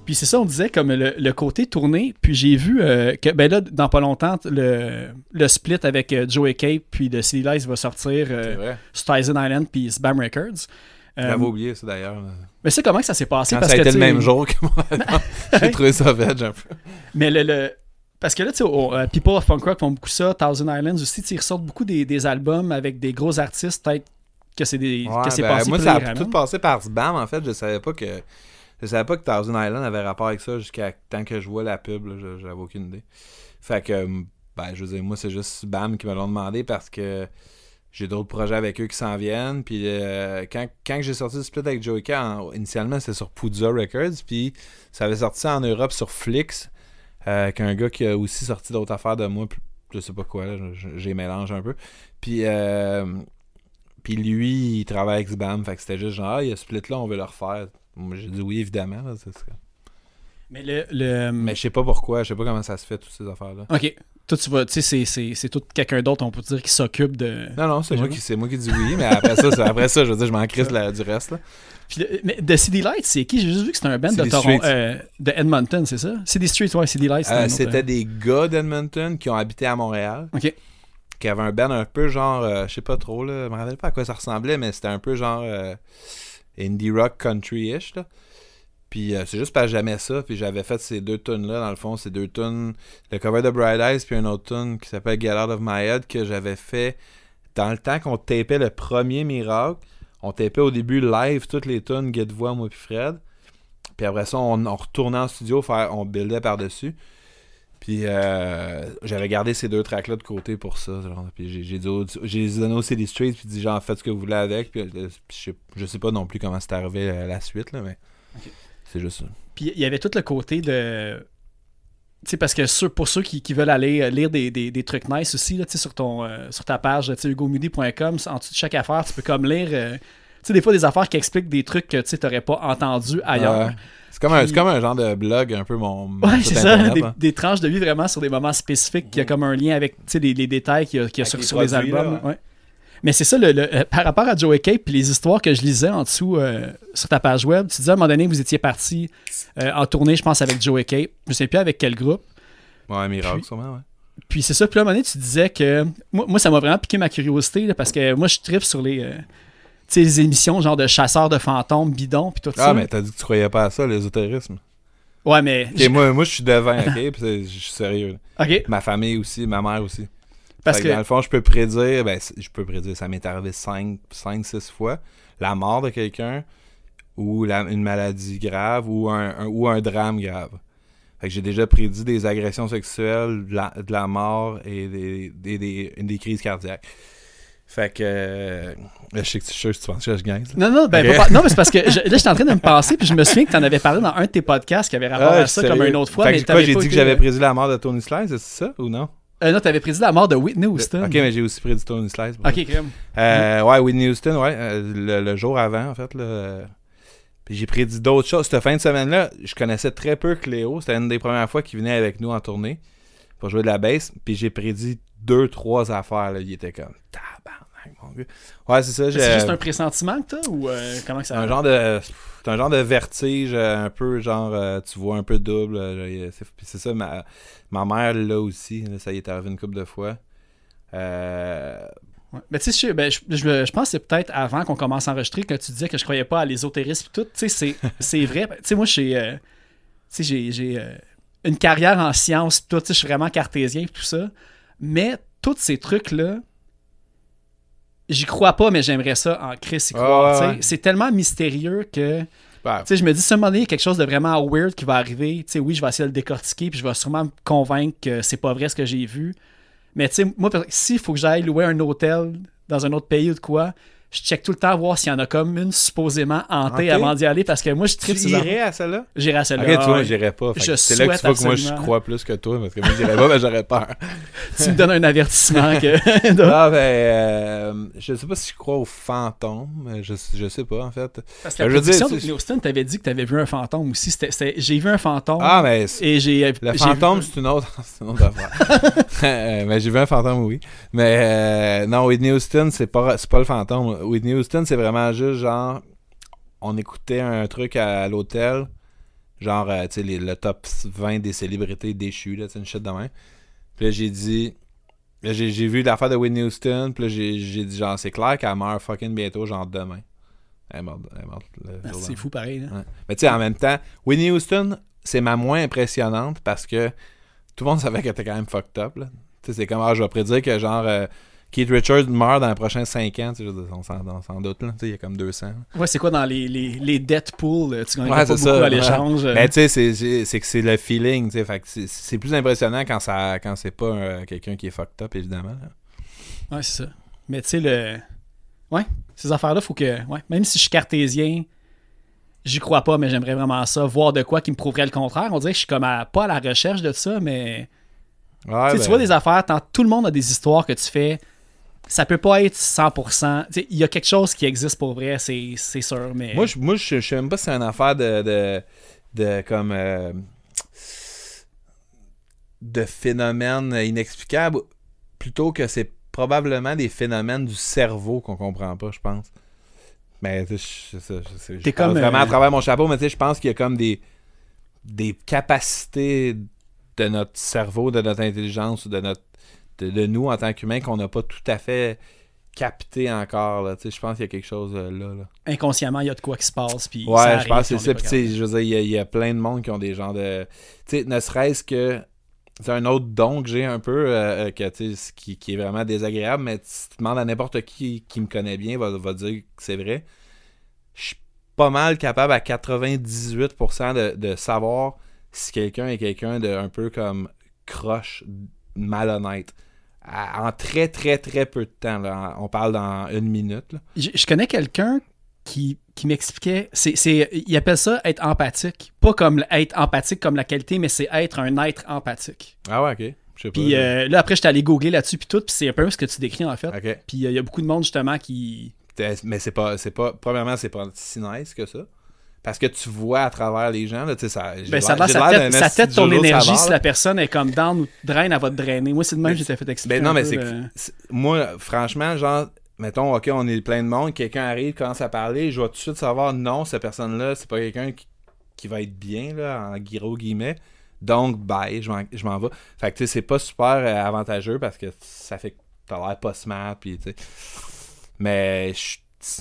Puis c'est ça, on disait comme le, le côté tourné. Puis j'ai vu euh, que, ben là, dans pas longtemps, le, le split avec euh, Joey Cape puis de City Lights va sortir euh, sur Tyson Island puis Sbam Records. Euh, J'avais oublié ça d'ailleurs. Mais c'est comment que ça s'est passé? Quand parce ça a que, été le même jour que moi. J'ai trouvé ça veg un peu. Mais le... le Parce que là, tu sais, oh, uh, People of Punk Rock font beaucoup ça, Thousand Islands aussi, ils ressortent beaucoup des, des albums avec des gros artistes, peut-être que c'est des ouais, que c'est ben, passé. Moi, ça a tout passé par Sbam, en fait. Je savais pas que je savais pas que Thousand Island avait rapport avec ça jusqu'à temps que je vois la pub. Là, j'avais aucune idée. Fait que, ben, je veux dire, moi, c'est juste Sbam qui me l'ont demandé parce que j'ai d'autres projets avec eux qui s'en viennent. Puis euh, quand, quand j'ai sorti le split avec Joey K, en, initialement, c'était sur Puzza Records. Puis ça avait sorti en Europe sur Flix. Euh, qu'un gars qui a aussi sorti d'autres affaires de moi, je sais pas quoi, là, j'ai mélange un peu. Puis, euh, puis lui, il travaille avec Sbam, fait que c'était juste genre, ah, il y a ce split-là, on veut le refaire. Moi, j'ai dit oui, évidemment. Là, c'est, c'est... Mais le, le... Mais je sais pas pourquoi, je sais pas comment ça se fait, toutes ces affaires-là. Ok. Toi, tu vas, tu sais, c'est, c'est, c'est tout quelqu'un d'autre, on peut dire, qui s'occupe de. Non, non, c'est, moi qui, c'est moi qui dis oui, mais après ça, c'est, après ça, je veux dire, je m'en crisse la, du reste, là. Puis le, mais The City Lights, c'est qui? J'ai juste vu que c'était un band de Toronto, euh, de Edmonton, c'est ça? City Street, ouais, City Lights. Euh, c'était autre... des gars d'Edmonton qui ont habité à Montréal. OK. Qui avaient un band un peu genre, euh, je sais pas trop, là, je me rappelle pas à quoi ça ressemblait, mais c'était un peu genre euh, indie rock country-ish, là. Puis euh, c'est juste parce que j'aimais ça, puis j'avais fait ces deux tunes-là, dans le fond, ces deux tunes, le cover de Bright Eyes, puis une autre tune qui s'appelle Get Out of My Head, que j'avais fait dans le temps qu'on tapait le premier Miracle. On tapait au début live toutes les tunes, Get Voix, moi puis Fred. Puis après ça, on, on retournait en studio, faire, on buildait par-dessus. Puis euh, j'avais gardé ces deux tracks-là de côté pour ça. Genre. Puis j'ai, j'ai, dit au, j'ai donné au City Street, puis dit genre, faites ce que vous voulez avec. Puis, puis je, sais, je sais pas non plus comment c'est arrivé la, la suite, là, mais okay. C'est juste ça. Puis il y avait tout le côté de... Tu sais, parce que ceux, pour ceux qui, qui veulent aller lire des, des, des trucs nice aussi, là, tu sais, sur, ton, euh, sur ta page, tu sais, hugo moody point com, en dessous de chaque affaire, tu peux comme lire, euh, tu sais, des fois des affaires qui expliquent des trucs que tu n'aurais pas entendus ailleurs. Ouais. C'est comme, Puis... un, c'est comme un genre de blog, un peu mon... mon ouais, c'est ça, Internet, des, hein. des tranches de vie vraiment sur des moments spécifiques, mmh. qui a comme un lien avec, tu sais, les, les détails qu'il y a, qu'il y a sur, les, sur les albums. Là, ouais. Ouais. Mais c'est ça, le, le, euh, par rapport à Joey Cape et les histoires que je lisais en dessous euh, sur ta page web, tu disais à un moment donné que vous étiez parti euh, en tournée, je pense, avec Joey Cape. Je ne sais plus avec quel groupe. Ouais, Miracle, sûrement, ouais. Puis c'est ça, puis là, à un moment donné, tu disais que... Moi, moi ça m'a vraiment piqué ma curiosité, là, parce que moi, je tripe sur les, euh, les émissions genre de chasseurs de fantômes, bidons, puis tout ah, ça. Ah, mais t'as dit que tu croyais pas à ça, l'ésotérisme. Ouais, mais... Okay, moi, moi, je suis devant, OK? Puis je suis sérieux. OK. Ma famille aussi, ma mère aussi. Parce que, que... dans le fond, je peux prédire, ben, je peux prédire, ça m'est arrivé cinq six fois, la mort de quelqu'un, ou la, une maladie grave, ou un, un, ou un drame grave. Fait que j'ai déjà prédit des agressions sexuelles, de la, de la mort et des, des, des, des crises cardiaques. Fait que... Euh, je sais que tu, je, tu penses que je gagne. Ça. Non, non, ben, okay. pas, non, mais c'est parce que je, là, j'étais en train de me penser, puis je me souviens que tu en avais parlé dans un de tes podcasts qui avait rapport ah, à ça, sérieux? Comme une autre fois. Fait mais que quoi, j'ai dit été... que j'avais prédit la mort de Tony Slice, c'est ça, ou non? Euh, non, t'avais prédit la mort de Whitney Houston. Ok, mais j'ai aussi prédit Tony Slice. Ok, crème. Euh, ouais, Whitney Houston, ouais, euh, le, le jour avant, en fait, là... Euh, puis j'ai prédit d'autres choses. Cette fin de semaine-là, je connaissais très peu Cléo. C'était une des premières fois qu'il venait avec nous en tournée pour jouer de la bass. Puis j'ai prédit deux, trois affaires. Là. Il était comme tabarnak, mon gars. Ouais, c'est ça. J'ai... C'est juste un pressentiment que t'as ou euh, comment que ça un genre de C'est un genre de vertige, un peu genre, euh, tu vois un peu double. Euh, c'est, c'est ça, ma, ma mère là aussi. Là, ça y est arrivé une couple de fois. Euh. Ouais. Ben, tu sais, ben, je, je, je pense que c'est peut-être avant qu'on commence à enregistrer que tu disais que je croyais pas à l'ésotérisme et tout. Tu sais, c'est, c'est vrai. Tu sais, moi, j'ai, euh, j'ai, j'ai euh, une carrière en sciences, tout. Tu sais, je suis vraiment cartésien et tout ça. Mais tous ces trucs-là, j'y crois pas, mais j'aimerais ça en Christ y croire. Oh, ouais. C'est tellement mystérieux que... Bah. Je me dis, si à un moment donné, il y a quelque chose de vraiment weird qui va arriver, oui, je vais essayer de le décortiquer puis je vais sûrement me convaincre que c'est pas vrai ce que j'ai vu. Mais tu sais, moi, s'il faut que j'aille louer un hôtel dans un autre pays ou de quoi, je check tout le temps voir s'il y en a comme une supposément hantée okay. avant d'y aller parce que moi, je tripe ces affaires. Tu irais à celle-là? J'irais à celle-là. Ok, tu vois, ouais. j'irais pas. Je c'est là que tu vois que moi, je crois plus que toi parce que moi, j'irais pas, mais j'aurais peur. Tu me donnes un avertissement que... ah, ben, euh, je sais pas si je crois aux fantômes. Je, je sais pas, en fait. Parce que la production de Whitney Houston, t'avais dit que t'avais vu un fantôme aussi. C'était, c'était, j'ai vu un fantôme. Ah, mais... Et j'ai, le j'ai fantôme, vu... c'est une autre, c'est une autre affaire. mais j'ai vu un fantôme, oui. Mais euh, non, Whitney Houston, c'est pas, c'est pas le fantôme. Whitney Houston, c'est vraiment juste genre, on écoutait un truc à l'hôtel, genre, euh, tu sais, les- le top vingt des célébrités déchues, là, tu sais, une shit de même. Puis là, j'ai dit... Là, j'ai, j'ai vu l'affaire de Whitney Houston, puis là, j'ai, j'ai dit, genre, c'est clair qu'elle meurt fucking bientôt, genre demain. Elle est morte. Elle est morte le Ah, jour c'est d'avant. fou pareil. Là. Ouais. Mais tu sais, en même temps, Whitney Houston, c'est ma moins impressionnante parce que tout le monde savait qu'elle était quand même fucked up, là. Tu sais, c'est comme, ah, je vais prédire que, genre... euh, Keith Richards meurt dans les prochains cinq ans, tu sais, on s'en, on s'en doute, là, tu sais, il y a comme deux cents. Ouais, c'est quoi dans les, les, les debt pools, tu gagnes Ouais, pas c'est beaucoup ça, à l'échange. ouais. Mais tu sais, c'est, c'est, c'est que c'est le feeling, tu sais, fait que c'est, c'est plus impressionnant quand, ça, quand c'est pas euh, quelqu'un qui est fucked up, évidemment. Là. Ouais, c'est ça. Mais tu sais, le... Ouais, ces affaires-là, faut que... Ouais, même si je suis cartésien, j'y crois pas, mais j'aimerais vraiment ça, voir de quoi qui me prouverait le contraire. On dirait que je suis comme à, pas à la recherche de ça, mais... Ouais, ben... Tu vois des affaires, tant, tout le monde a des histoires que tu fais... Ça peut pas être cent pour cent. Il y a quelque chose qui existe pour vrai, c'est, c'est sûr, mais... Moi, je moi, je sais même pas si c'est une affaire de... de, de comme... Euh, de phénomènes inexplicables, plutôt que c'est probablement des phénomènes du cerveau qu'on comprend pas, je pense. Mais tu sais, je, je, je, je, je parle comme, vraiment euh... à travers mon chapeau, mais tu sais, je pense qu'il y a comme des, des capacités de notre cerveau, de notre intelligence, de notre de, de nous en tant qu'humains qu'on n'a pas tout à fait capté encore. Là. Tu sais, je pense qu'il y a quelque chose euh, là, là. Inconsciemment, il y a de quoi qui se passe. Puis ouais, ça je arrive, pense que c'est ça. Puis, tu sais, je veux dire, il y, a, il y a plein de monde qui ont des genres de... Tu sais, ne serait-ce que... C'est un autre don que j'ai un peu, euh, que, qui, qui est vraiment désagréable, mais si tu demandes à n'importe qui qui me connaît bien, va, va dire que c'est vrai. Je suis pas mal capable à quatre-vingt-dix-huit pour cent de, de savoir si quelqu'un est quelqu'un de un peu comme croche, malhonnête. À, en très, très, très peu de temps. Là. On parle dans une minute. Là. Je, je connais quelqu'un qui, qui m'expliquait, c'est, c'est, il appelle ça être empathique. Pas comme être empathique comme la qualité, mais c'est être un être empathique. Ah ouais, ok. Je sais pas. Puis euh, là, après, j'étais allé googler là-dessus, puis tout, puis c'est un peu ce que tu décris en fait. Okay. Puis il euh, y a beaucoup de monde justement qui... Mais c'est pas, c'est pas... Premièrement, c'est pas si nice que ça. Parce que tu vois à travers les gens, là, tu sais, ça... Ben, ça, ça tête, ça tête ton énergie si la personne est comme down ou draine, elle va te drainer. Moi, c'est de même que j'étais fait expliquer. Ben non, mais peu, c'est, le... c'est... Moi, franchement, genre... Mettons, OK, on est plein de monde, quelqu'un arrive, commence à parler, je vais tout de suite savoir, non, cette personne-là, c'est pas quelqu'un qui, qui va être bien, là, en gros guillemets. Donc, bye, je m'en, je m'en vais. Fait que, tu sais, c'est pas super euh, avantageux parce que ça fait que t'as l'air pas smart, puis, tu sais. Mais, je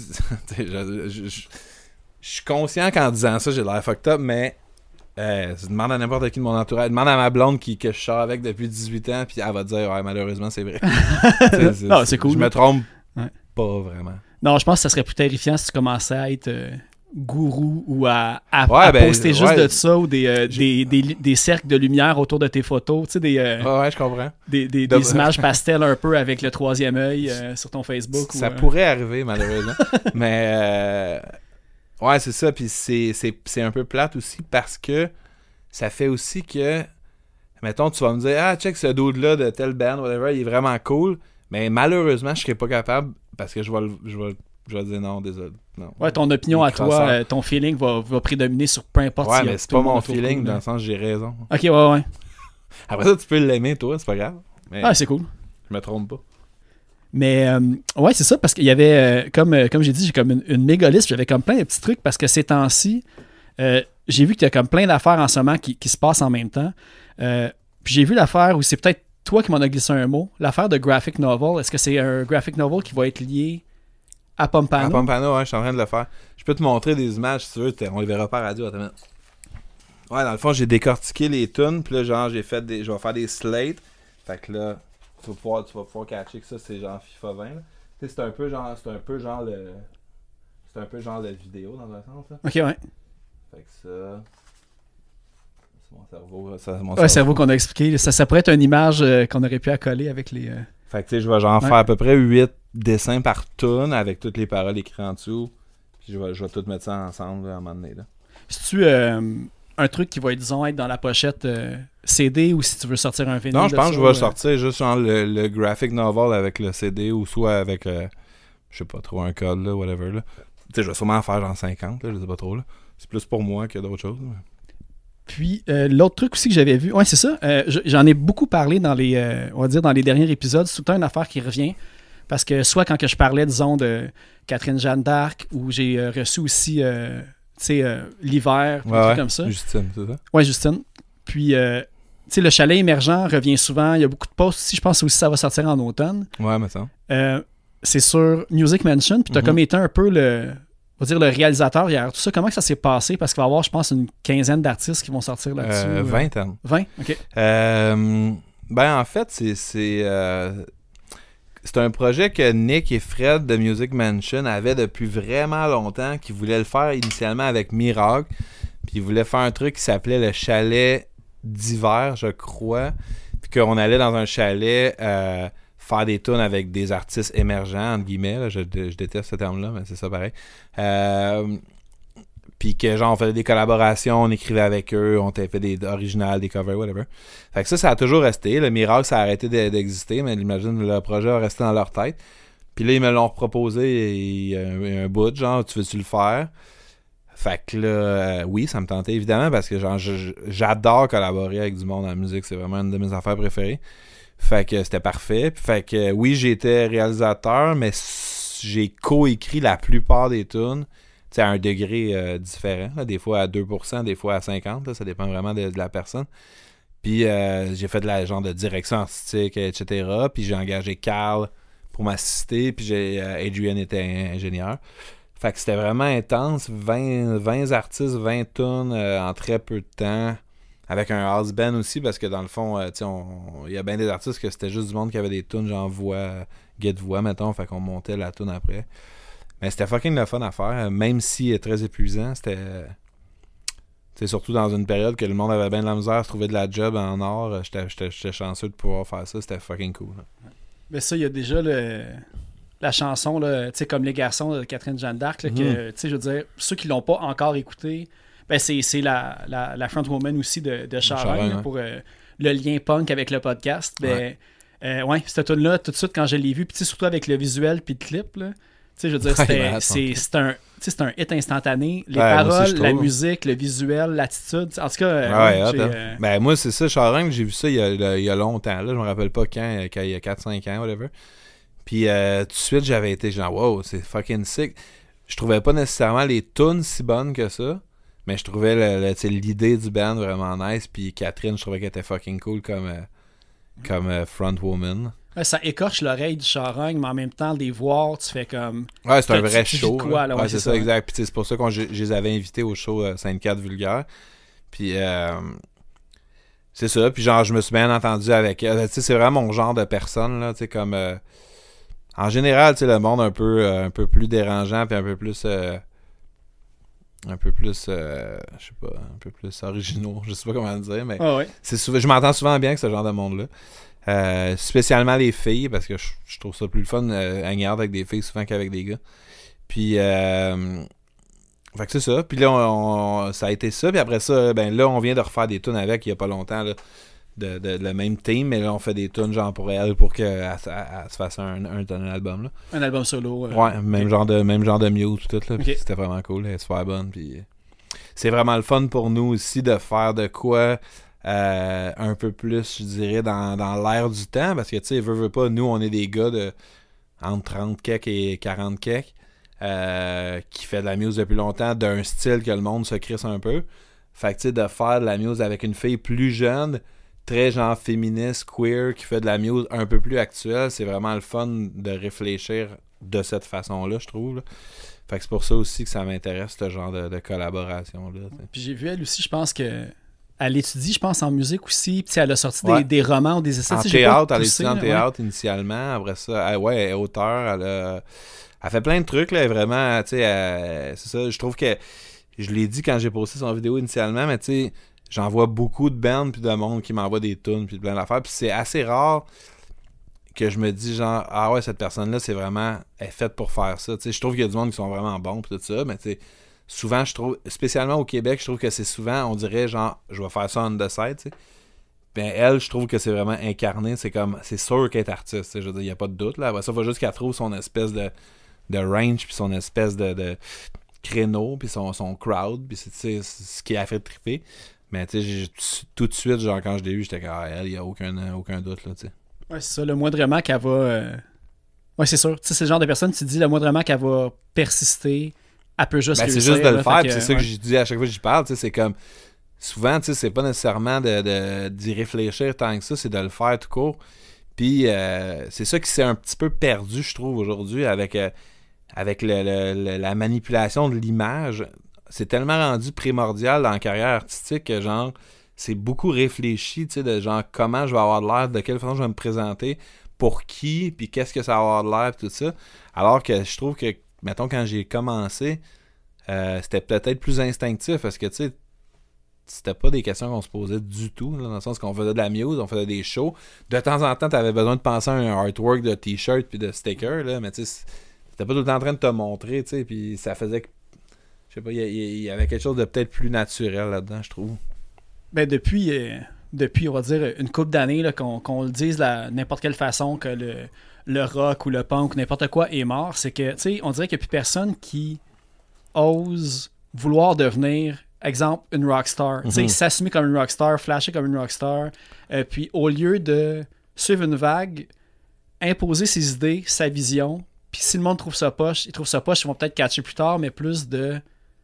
je, je, je, je suis conscient qu'en disant ça, j'ai l'air fucked up, mais euh, je demande à n'importe qui de mon entourage, demande à ma blonde qui, que je sors avec depuis dix-huit ans, puis elle va dire, ouais, malheureusement, c'est vrai. c'est, c'est, non, c'est cool. Je me trompe ouais. pas vraiment. Non, je pense que ça serait plus terrifiant si tu commençais à être euh, gourou ou à, à, ouais, à ben, poster juste ouais. de ça ou des, euh, des, des, des cercles de lumière autour de tes photos. Tu sais, des, euh, ouais, ouais, je comprends. Des, des, des images pastel un peu avec le troisième œil euh, sur ton Facebook. Ça ou, euh... pourrait arriver, malheureusement. Mais, euh, ouais, c'est ça. Puis c'est, c'est, c'est un peu plate aussi parce que ça fait aussi que, mettons, tu vas me dire, ah, check ce dude-là de tel band, whatever, il est vraiment cool. Mais malheureusement, je serais pas capable parce que je vais, je vais, je vais dire non, désolé. Non. Ouais, ton opinion à toi, euh, ton feeling va, va prédominer sur peu importe. Ouais, si mais c'est pas mon feeling dans le sens j'ai raison. Ok, ouais, ouais. Après ça, tu peux l'aimer, toi, c'est pas grave. Mais ah, c'est cool. Je me trompe pas. Mais, euh, ouais, c'est ça, parce qu'il y avait, euh, comme, euh, comme j'ai dit, j'ai comme une, une méga liste, j'avais comme plein de petits trucs parce que ces temps-ci, euh, j'ai vu qu'il y a comme plein d'affaires en ce moment qui, qui se passent en même temps. Euh, puis j'ai vu l'affaire où c'est peut-être toi qui m'en as glissé un mot, l'affaire de graphic novel. Est-ce que c'est un graphic novel qui va être lié à Pompano? À Pompano, ouais, je suis en train de le faire. Je peux te montrer des images si tu veux, on les verra pas à radio. Attends. Ouais, dans le fond, j'ai décortiqué les tunes, puis là, genre, j'ai fait des. Je vais faire des slates. Fait que là, tu vas pouvoir, tu vas pouvoir catcher que ça, c'est genre FIFA vingt. Là. Tu sais, c'est un peu genre. C'est un peu genre le. C'est un peu genre la vidéo dans un sens. Là. Ok, ouais. Fait que ça. C'est mon cerveau. Ça, mon ouais, cerveau, cerveau qu'on a expliqué. Ça, ça pourrait être une image euh, qu'on aurait pu accoler avec les. Euh... Fait que tu sais, je vais genre ouais. faire à peu près huit dessins par tune avec toutes les paroles écrites en dessous. Puis je vais, je vais tout mettre ça ensemble là, à un moment donné. Là. Si tu euh, un truc qui va, disons, être dans la pochette euh, C D ou si tu veux sortir un vinyle? Non, je pense ça, que je vais euh... sortir juste genre le, le graphic novel avec le C D ou soit avec, euh, je sais pas trop, un code, là, whatever. Là. Tu sais, je vais sûrement en faire genre cinquante, là, je sais pas trop. Là. C'est plus pour moi que d'autres choses. Mais... Puis, euh, l'autre truc aussi que j'avais vu, ouais, c'est ça, euh, j'en ai beaucoup parlé dans les, euh, on va dire, dans les derniers épisodes. C'est tout le temps une affaire qui revient. Parce que soit quand que je parlais, disons, de Catherine Jeanne d'Arc, où j'ai euh, reçu aussi, euh, sais, euh, l'hiver, des ouais, trucs ouais. comme ça. Justine, c'est ça? Ouais, Justine. Puis, euh, tu sais, le chalet émergent revient souvent. Il y a beaucoup de posts aussi. Je pense aussi que ça va sortir en automne. Ouais, mais ça. Euh, c'est sur Music Mansion. Puis, tu as Mm-hmm. comme été un peu le, on va dire, le réalisateur derrière tout ça. Comment que ça s'est passé? Parce qu'il va y avoir, je pense, une quinzaine d'artistes qui vont sortir là-dessus. Euh, vingtaine. vingt? OK. Euh, ben, en fait, c'est... c'est euh, C'est un projet que Nick et Fred de Music Mansion avaient depuis vraiment longtemps, qui voulaient le faire initialement avec Miracle. Puis ils voulaient faire un truc qui s'appelait le chalet d'hiver, je crois. Puis qu'on allait dans un chalet euh, faire des tunes avec des artistes émergents, entre guillemets. Là. Je, je déteste ce terme-là, mais c'est ça pareil. Euh, Puis que genre on faisait des collaborations, on écrivait avec eux, on fait des originales, des covers, whatever. Fait que ça, ça a toujours resté. Le Miracle, ça a arrêté d'exister, mais j'imagine le projet a resté dans leur tête. Puis là, ils me l'ont proposé il y a un, un bout, genre, tu veux-tu le faire? Fait que là, euh, oui, ça me tentait évidemment parce que genre je, j'adore collaborer avec du monde en musique, c'est vraiment une de mes affaires préférées. Fait que c'était parfait. Puis fait que oui, j'étais réalisateur, mais j'ai co-écrit la plupart des tunes. T'sais, à un degré euh, différent, là, des fois à deux pour cent, des fois à cinquante pour cent, là, ça dépend vraiment de, de la personne. Puis euh, j'ai fait de la genre de direction artistique, et cetera. Puis j'ai engagé Carl pour m'assister, puis j'ai euh, Adrian était ingénieur. Fait que c'était vraiment intense, vingt, vingt artistes, vingt tunes euh, en très peu de temps, avec un house band aussi, parce que dans le fond, euh, il y a bien des artistes que c'était juste du monde qui avait des tunes, genre voix, get-voix, mettons, fait qu'on montait la tune après. Mais c'était fucking le fun à faire, même si très épuisant. C'était c'est surtout dans une période que le monde avait bien de la misère, se trouver de la job en or. J'étais, j'étais, j'étais chanceux de pouvoir faire ça. C'était fucking cool. Mais ça, il y a déjà le, la chanson, là, tu sais, comme Les Garçons de Catherine Jeanne d'Arc, là, mm. que, tu sais, je veux dire, ceux qui l'ont pas encore écouté, ben c'est, c'est la, la, la frontwoman aussi de, de Charonne, ouais. pour euh, le lien punk avec le podcast. Ben, ouais, euh, ouais cette tune-là, tout de suite, quand je l'ai vue, puis surtout avec le visuel puis le clip, là, tu sais, je veux dire, c'était, ouais, c'est, c'est, un, c'est un hit instantané. Les ouais, paroles, aussi, la musique, le visuel, l'attitude. En tout cas, euh, ouais, ouais, j'ai, euh... ben, moi, c'est ça, Charonne, j'ai vu ça il y a, il y a longtemps. Là, je me rappelle pas quand, quand il y a quatre cinq ans, whatever. Puis euh, tout de suite, j'avais été genre, wow, c'est fucking sick. Je trouvais pas nécessairement les tunes si bonnes que ça, mais je trouvais le, le, l'idée du band vraiment nice. Puis Catherine, je trouvais qu'elle était fucking cool comme, euh, comme euh, frontwoman. Ouais, ça écorche l'oreille du charogne, mais en même temps, les voir, tu fais comme... Ouais, c'est un vrai show. Quoi, là, ouais, ouais, c'est, c'est ça, ça, exact. Puis c'est pour ça que je, je les avais invités au show euh, cinquante-quatre Vulgaire. Puis euh, c'est ça. Puis genre, je me suis bien entendu avec elle. Tu sais, c'est vraiment mon genre de personne, là. Tu sais, comme... Euh, en général, tu sais, le monde un peu, euh, un peu plus dérangeant, puis un peu plus... Euh, un peu plus... Euh, je sais pas, un peu plus originaux. Je sais pas comment le dire, mais... Ah ouais. c'est souvent, je m'entends souvent bien avec ce genre de monde-là. Euh, spécialement les filles, parce que je, je trouve ça plus le fun euh, à garder avec des filles souvent qu'avec des gars. Puis, euh, fait que c'est ça. Puis là, on, on, ça a été ça. Puis après ça, ben là, on vient de refaire des tunes avec il y a pas longtemps, là, de, de, de le même team, mais là, on fait des tunes genre pour elle, pour qu'elle elle, elle, elle se fasse un, un, un, un album. Là. Un album solo. Euh, ouais, même, okay. genre de, même genre de Muse, tout. Là, okay. C'était vraiment cool. Elle est super bonne. Puis c'est vraiment le fun pour nous aussi de faire de quoi... Euh, un peu plus, je dirais, dans, dans l'air du temps, parce que, tu sais, veut, veut pas, nous, on est des gars de entre trente kek et quarante kek, euh, qui fait de la muse depuis longtemps, d'un style que le monde se crisse un peu. Fait que, tu sais, de faire de la muse avec une fille plus jeune, très genre féministe, queer, qui fait de la muse un peu plus actuelle, c'est vraiment le fun de réfléchir de cette façon-là, je trouve, là. Fait que c'est pour ça aussi que ça m'intéresse, ce genre de, de collaboration-là. T'sais. Puis j'ai vu, elle aussi, je pense que elle étudie, je pense, en musique aussi. Puis elle a sorti ouais. des, des romans ou des essais. En théâtre, elle étudie en théâtre ouais. initialement. Après ça, elle, ouais, elle est auteure. Elle, a, elle fait plein de trucs, là. Vraiment, tu sais, c'est ça. Je trouve que, je l'ai dit quand j'ai posté son vidéo initialement, mais tu sais, j'en vois beaucoup de bands puis de monde qui m'envoie des tunes puis de plein d'affaires. Puis c'est assez rare que je me dis, genre, ah ouais, cette personne-là, c'est vraiment, elle est faite pour faire ça. Tu sais, je trouve qu'il y a du monde qui sont vraiment bons puis tout ça, mais tu sais, souvent, je trouve, spécialement au Québec, je trouve que c'est souvent, on dirait genre, je vais faire ça on the side, tu sais. Ben, elle, je trouve que c'est vraiment incarné, c'est comme, c'est sûr qu'elle est artiste, je veux dire, il n'y a pas de doute, là. Après ça, il faut juste qu'elle trouve son espèce de, de range, puis son espèce de, de créneau, puis son, son crowd, puis c'est, c'est ce qui a fait triper. Mais, tu sais, tout de suite, genre, quand je l'ai eu, j'étais comme, ah, elle, il n'y a aucun, aucun doute, là, tu sais. Ouais, c'est ça, le moindrement qu'elle va... Euh... Ouais, c'est sûr, tu sais, c'est le genre de personne, tu te dis, le moindrement qu'elle va persister... elle peut juste ben, réussir. C'est juste de le là, faire, que, c'est ça ouais. que je dis à chaque fois que j'y parle, tu sais, c'est comme, souvent, tu sais, c'est pas nécessairement de, de, d'y réfléchir tant que ça, c'est de le faire tout court. Puis euh, c'est ça qui s'est un petit peu perdu, je trouve, aujourd'hui, avec, euh, avec le, le, le, la manipulation de l'image. C'est tellement rendu primordial dans la carrière artistique que, genre, c'est beaucoup réfléchi, tu sais, de genre, comment je vais avoir de l'air, de quelle façon je vais me présenter, pour qui, puis qu'est-ce que ça va avoir de l'air, tout ça. Alors que je trouve que, mettons, quand j'ai commencé, euh, c'était peut-être plus instinctif, parce que, tu sais, c'était pas des questions qu'on se posait du tout, là, dans le sens qu'on faisait de la muse, on faisait des shows. De temps en temps, t'avais besoin de penser à un artwork de t-shirt puis de sticker, là, mais tu sais, t'étais pas tout le temps en train de te montrer, tu sais, puis ça faisait que, je sais pas, il y, y avait quelque chose de peut-être plus naturel là-dedans, je trouve. Ben, depuis, euh, depuis, on va dire, une couple d'années, là, qu'on, qu'on le dise de n'importe quelle façon que le, le rock ou le punk ou n'importe quoi est mort, c'est que, tu sais, on dirait qu'il n'y a plus personne qui ose vouloir devenir, exemple, une rockstar. Mm-hmm. Tu sais, s'assumer comme une rockstar, flasher comme une rockstar, euh, puis au lieu de suivre une vague, imposer ses idées, sa vision, puis si le monde trouve ça poche, ils trouvent ça poche, ils vont peut-être catcher plus tard, mais plus de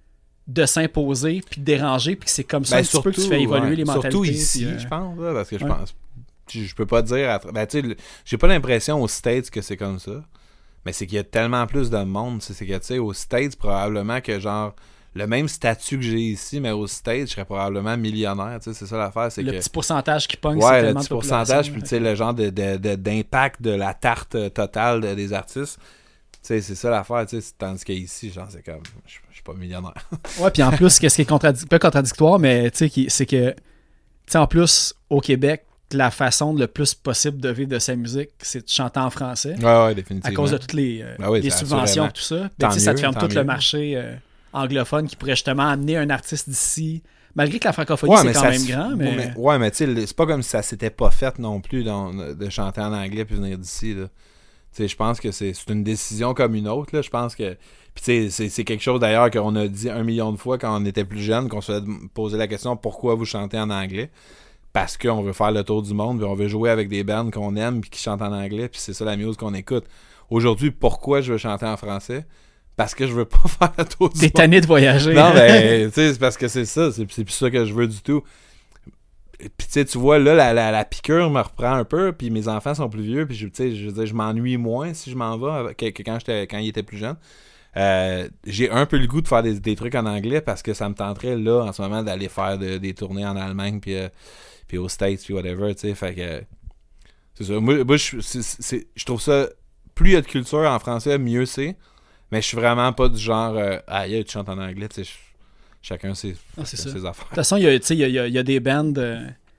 de s'imposer, puis de déranger, puis c'est comme ça ben, un surtout, petit peu que tu fais évoluer ouais, les mentalités. Surtout ici, puis, euh... je pense, là, parce que je ouais. pense, je peux pas dire, à... ben tu sais, j'ai pas l'impression aux States que c'est comme ça, mais c'est qu'il y a tellement plus de monde, c'est que, tu sais, aux States, probablement que, genre, le même statut que j'ai ici, mais aux States, je serais probablement millionnaire, tu sais, c'est ça l'affaire, c'est le que... petit pourcentage qui pogne, ouais, c'est tellement le petit pourcentage, puis tu sais, le genre de, de, de, d'impact de la tarte totale de, des artistes, tu sais, c'est ça l'affaire, tu sais, tandis qu'ici, genre, c'est comme, je, je suis pas millionnaire. Ouais, puis en plus, qu'est-ce qui est contradic- pas contradictoire, mais tu sais, c'est que, tu sais, en plus, au Québec, la façon le plus possible de vivre de sa musique, c'est de chanter en français. Ouais, ouais, définitivement. À cause de toutes les, euh, ben oui, les subventions et tout ça. Ben, mieux, ça te ferme tout mieux. Le marché euh, anglophone qui pourrait justement amener un artiste d'ici. Malgré que la francophonie, ouais, c'est quand même grand. Mais... mais ouais, mais tu sais, c'est pas comme si ça s'était pas fait non plus dans, de chanter en anglais puis venir d'ici, là. Je pense que c'est, c'est une décision comme une autre. Là. Je pense que. Puis c'est, c'est, c'est quelque chose d'ailleurs qu'on a dit un million de fois quand on était plus jeune, qu'on se faisait poser la question pourquoi vous chantez en anglais. Parce qu'on veut faire le tour du monde, puis on veut jouer avec des bands qu'on aime puis qui chantent en anglais, puis c'est ça la musique qu'on écoute. Aujourd'hui, pourquoi je veux chanter en français? Parce que je veux pas faire le tour du T'es monde. T'es tanné de voyager. Non, ben, tu sais, c'est parce que c'est ça. C'est, c'est plus ça que je veux du tout. Puis tu sais, tu vois, là, la, la, la piqûre me reprend un peu, puis mes enfants sont plus vieux, puis je, je veux dire, je m'ennuie moins si je m'en vais que, que quand, j'étais, quand ils étaient plus jeunes. Euh, j'ai un peu le goût de faire des, des trucs en anglais parce que ça me tenterait, là, en ce moment, d'aller faire de, des tournées en Allemagne, puis, euh, puis aux States, puis whatever, tu sais, fait que... C'est ça. Moi, moi je, c'est, c'est, je trouve ça... Plus il y a de culture en français, mieux c'est, mais je suis vraiment pas du genre... Euh, ah, yeah, tu chantes en anglais, tu sais... Chacun ses, ah, c'est ses ça. affaires. De toute façon, il y a, il y a, il y a, il y a des bands euh,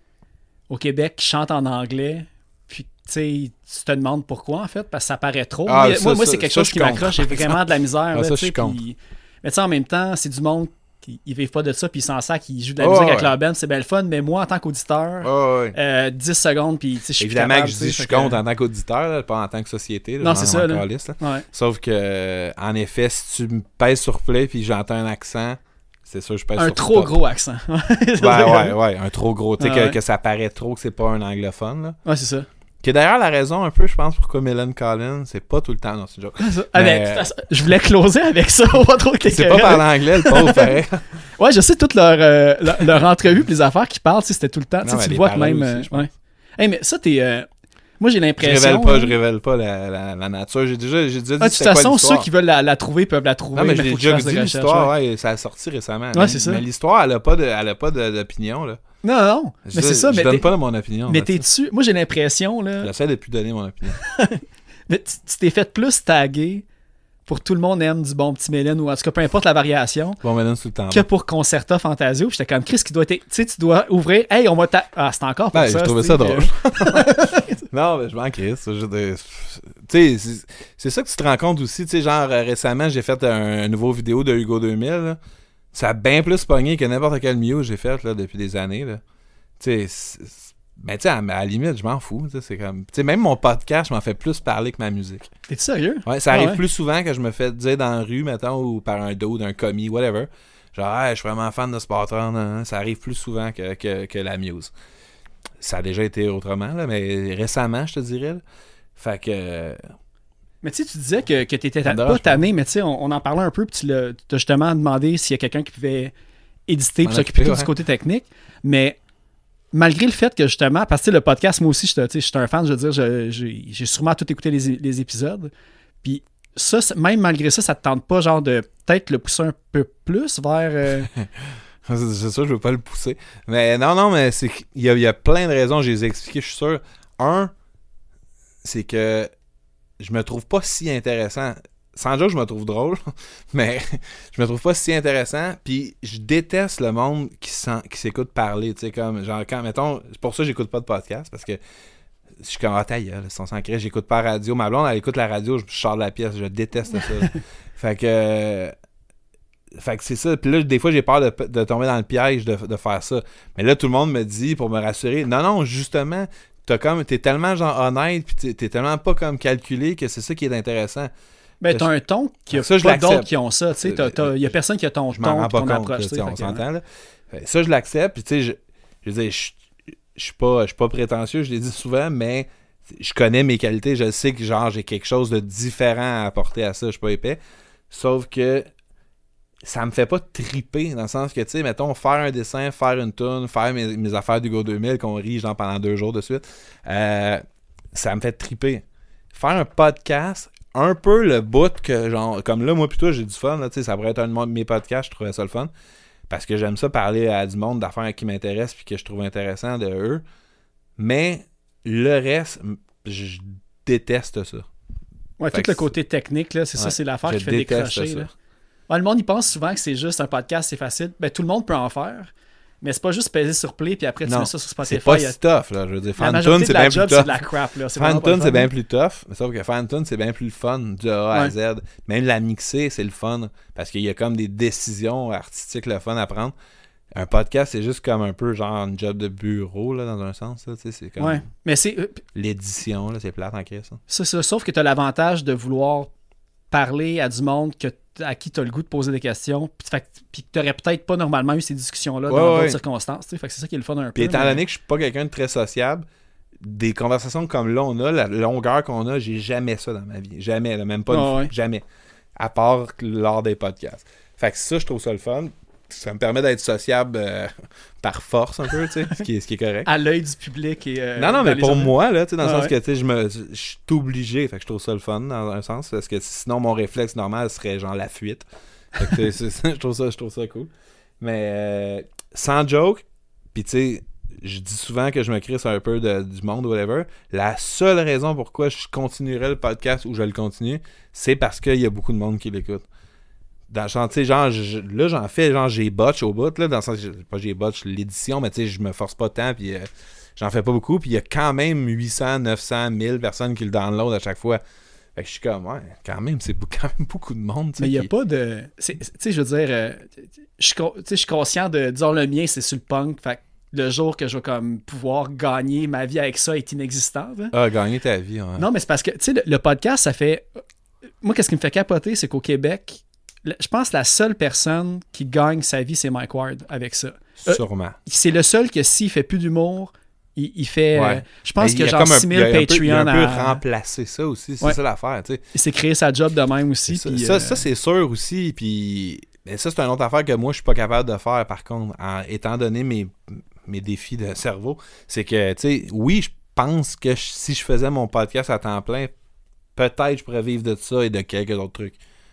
au Québec qui chantent en anglais, puis tu sais, tu te demandes pourquoi, en fait, parce que ça paraît trop. Ah, moi, ça, moi, moi ça, c'est quelque ça, chose qui m'accroche. J'ai vraiment de la misère. Ah, là, ça, je puis... Mais tu sais, en même temps, c'est du monde qui ils vivent pas de ça, puis ils s'en sacent, ils jouent de la oh, musique ouais. avec leur band, c'est bien le fun, mais moi, en tant qu'auditeur, oh, ouais. euh, dix secondes, puis tu sais, je suis évidemment capable, que je dis je suis que... contre en tant qu'auditeur, là, pas en tant que société. Là, non, c'est ça. Là. Calice, là. Ouais. Sauf que, euh, en effet, si tu me pèses sur play puis j'entends un accent, c'est sûr que je pèse un sur trop top. gros accent. ouais, ouais, ouais, un trop gros. Tu sais, ah, que, ouais. que ça paraît trop que c'est pas un anglophone. Là. Ouais, c'est ça. Qui est d'ailleurs la raison un peu, je pense, pourquoi Millen Collins, c'est pas tout le temps. Non, c'est une joke. Ah, mais... ben, je voulais closer avec ça. Pas trop que c'est pas par l'anglais, le pauvre, pareil. Ouais, je sais, toute leur, euh, leur, leur entrevue pis les affaires qu'ils parlent, c'était tout le temps. Non, tu le vois que même. Aussi, euh, ouais. Hey, mais ça, t'es. Euh... Moi, j'ai l'impression. Je révèle pas, hein, je révèle pas la, la, la nature. J'ai déjà, j'ai déjà dit ah, de toute façon, ceux qui veulent la, la trouver peuvent la trouver. Non, mais, mais j'ai faut déjà dit l'histoire, ouais. Ouais, ça a sorti récemment. Ouais, mais, c'est ça. Mais l'histoire, elle a pas, de, elle a pas de, d'opinion, là. Non, non. Je mais dis, c'est ça. Je mais donne t'es... pas mon opinion. Mais t'es dessus. Moi, j'ai l'impression, là. J'essaie de plus donner mon opinion. Mais tu, tu t'es fait plus taguer pour tout le monde aime du bon petit Mélène, ou en tout cas, peu importe la variation, bon Mélène tout le temps, que pour Concerta Fantasio. J'étais comme, Chris, qui doit être. Tu sais, tu dois ouvrir. Hey, on va ta. Ah, c'est encore pour ben, ça. Je trouvais ça drôle. Non, mais je m'en crisse. Tu sais, c'est, c'est ça que tu te rends compte aussi. Tu sais, genre, récemment, j'ai fait un, un nouveau vidéo de Hugo deux mille. Là. Ça a bien plus pogné que n'importe quel mieux que j'ai fait là, depuis des années. Là. Tu sais, mais tu sais, à, à la limite, je m'en fous. C'est comme, tu sais, même mon podcast, je m'en fais plus parler que ma musique. T'es-tu sérieux? Ouais, ça arrive ah, ouais. plus souvent que je me fais dire dans la rue, mettons, ou par un dos d'un commis, whatever. Genre, hey, je suis vraiment fan de Spartan. Hein. Ça arrive plus souvent que, que, que la Muse. Ça a déjà été autrement, là, mais récemment, je te dirais. Là. Fait que. Mais tu sais, tu disais que, que tu étais pas tanné, mais tu sais, on, on en parlait un peu, puis tu as justement demandé s'il y a quelqu'un qui pouvait éditer, puis s'occuper plutôt ouais. du côté technique. Mais malgré le fait que justement, parce que le podcast, moi aussi, je suis un fan, je veux dire, je, j'ai, j'ai sûrement tout écouté les, les épisodes. Puis ça, même malgré ça, ça te tente pas, genre, de peut-être le pousser un peu plus vers. Euh... c'est sûr, je veux pas le pousser. Mais non, non, mais c'est qu'il y a, il y a plein de raisons, je les ai expliquées, je suis sûr. Un, c'est que je me trouve pas si intéressant. Sans dire que je me trouve drôle, mais je me trouve pas si intéressant. Puis je déteste le monde qui, sent, qui s'écoute parler. Tu sais, comme, genre, quand, mettons, c'est pour ça que j'écoute pas de podcast, parce que je suis comme, ah, ta gueule, si on s'en crée, j'écoute pas la radio. Ma blonde, elle écoute la radio, je sors de la pièce, je déteste ça. fait que. Fait que c'est ça. Puis là, des fois, j'ai peur de, de tomber dans le piège de, de faire ça. Mais là, tout le monde me dit, pour me rassurer, non, non, justement, t'as comme, t'es tellement genre honnête, puis t'es, t'es tellement pas comme calculé que c'est ça qui est intéressant. Ben, t'as un ton qui a ça, pas d'autres qui ont ça. Il y a personne qui a ton je ton, m'en ton compte, approche. Là, on s'entend, là. Ça, je l'accepte. Puis, tu sais, je, je veux dire, je, je suis pas, je suis pas prétentieux, je l'ai dit souvent, mais je connais mes qualités. Je sais que, genre, j'ai quelque chose de différent à apporter à ça. Je suis pas épais. Sauf que ça me fait pas triper, dans le sens que, tu sais, mettons, faire un dessin, faire une toune, faire mes, mes affaires du Go deux mille qu'on rit, genre, pendant deux jours de suite, euh, ça me fait triper. Faire un podcast, un peu le bout que, genre, comme là, moi, plutôt, j'ai du fun, là, tu sais, ça pourrait être un de mes podcasts, je trouvais ça le fun, parce que j'aime ça parler à du monde d'affaires qui m'intéressent puis que je trouve intéressant de eux, mais le reste, je déteste ça. Ouais, fait tout le côté technique, là, c'est ouais, ça, c'est l'affaire qui fait décrocher, là. Ouais, le monde, il pense souvent que c'est juste un podcast, c'est facile. Ben, tout le monde peut en faire, mais c'est pas juste peser sur play puis après tu non, mets ça sur Spotify. C'est pas si si tough, là. Je veux dire, Fantune, c'est bien plus tough. C'est de la crap, là. Fantune, c'est bien plus tough, mais sauf que Fantune, c'est bien plus le fun du A à ouais. Z. Même la mixer, c'est le fun, parce qu'il y a comme des décisions artistiques, le fun à prendre. Un podcast, c'est juste comme un peu genre un job de bureau, là, dans un sens. Là, c'est comme ouais, mais c'est l'édition, là, c'est plate en crise. C'est ça, sauf que tu as l'avantage de vouloir parler à du monde que à qui tu as le goût de poser des questions, puis que tu n'aurais peut-être pas normalement eu ces discussions-là ouais, dans ouais. d'autres circonstances. Fait que c'est ça qui est le fun un peu. Puis étant mais... donné que je suis pas quelqu'un de très sociable, des conversations comme là, on a, la longueur qu'on a, j'ai jamais ça dans ma vie. Jamais, là, même pas oh, une... ouais. jamais. À part lors des podcasts. Fait que ça, je trouve ça le fun. Ça me permet d'être sociable euh, par force un peu, tu sais, ce, qui est, ce qui est correct. À l'œil du public et euh, non, non, mais pour moi, là, tu sais, dans ah, le sens ouais. que, tu sais, je me, je suis obligé, fait que je trouve ça le fun, dans un sens, parce que sinon, mon réflexe normal serait genre la fuite. Fait que, c'est, c'est, je trouve ça, je trouve ça cool. Mais, euh, sans joke, pis tu sais, je dis souvent que je me crisse un peu de, du monde ou whatever, la seule raison pourquoi je continuerais le podcast ou je le continue, c'est parce qu'il y a beaucoup de monde qui l'écoute. Dans, genre, tu sais, genre, je, là, j'en fais, genre, j'ai botch au bout, là, dans le sens que, pas j'ai botch l'édition, mais tu sais, je me force pas tant, puis euh, j'en fais pas beaucoup, puis il y a quand même huit cents, neuf cents, mille personnes qui le download à chaque fois. Fait que je suis comme, ouais, quand même, c'est quand même beaucoup de monde, tu sais. Mais il y a qui... pas de... Tu sais, je veux dire, euh, je suis conscient de, disons, le mien, c'est sur le punk, fait que le jour que je vais comme pouvoir gagner ma vie avec ça est inexistant. Hein? Ah, gagner ta vie, ouais. Non, mais c'est parce que, tu sais, le, le podcast, ça fait... Moi, qu'est-ce qui me fait capoter, c'est qu'au Québec... Je pense que la seule personne qui gagne sa vie, c'est Mike Ward avec ça. Sûrement. Euh, c'est le seul que s'il fait plus d'humour, il, il fait... Ouais. Euh, je pense qu'il y a genre six mille Patreon. Il a un peu, à... remplacé ça aussi, c'est ouais. ça l'affaire. Tu sais. Il s'est créé sa job de même aussi. Ça, puis, ça, euh... ça, c'est sûr aussi. Puis mais ça, c'est une autre affaire que moi, je suis pas capable de faire, par contre, en, étant donné mes, mes défis de cerveau. C'est que, tu sais, oui, je pense que je, si je faisais mon podcast à temps plein, peut-être je pourrais vivre de ça et de quelques autres trucs.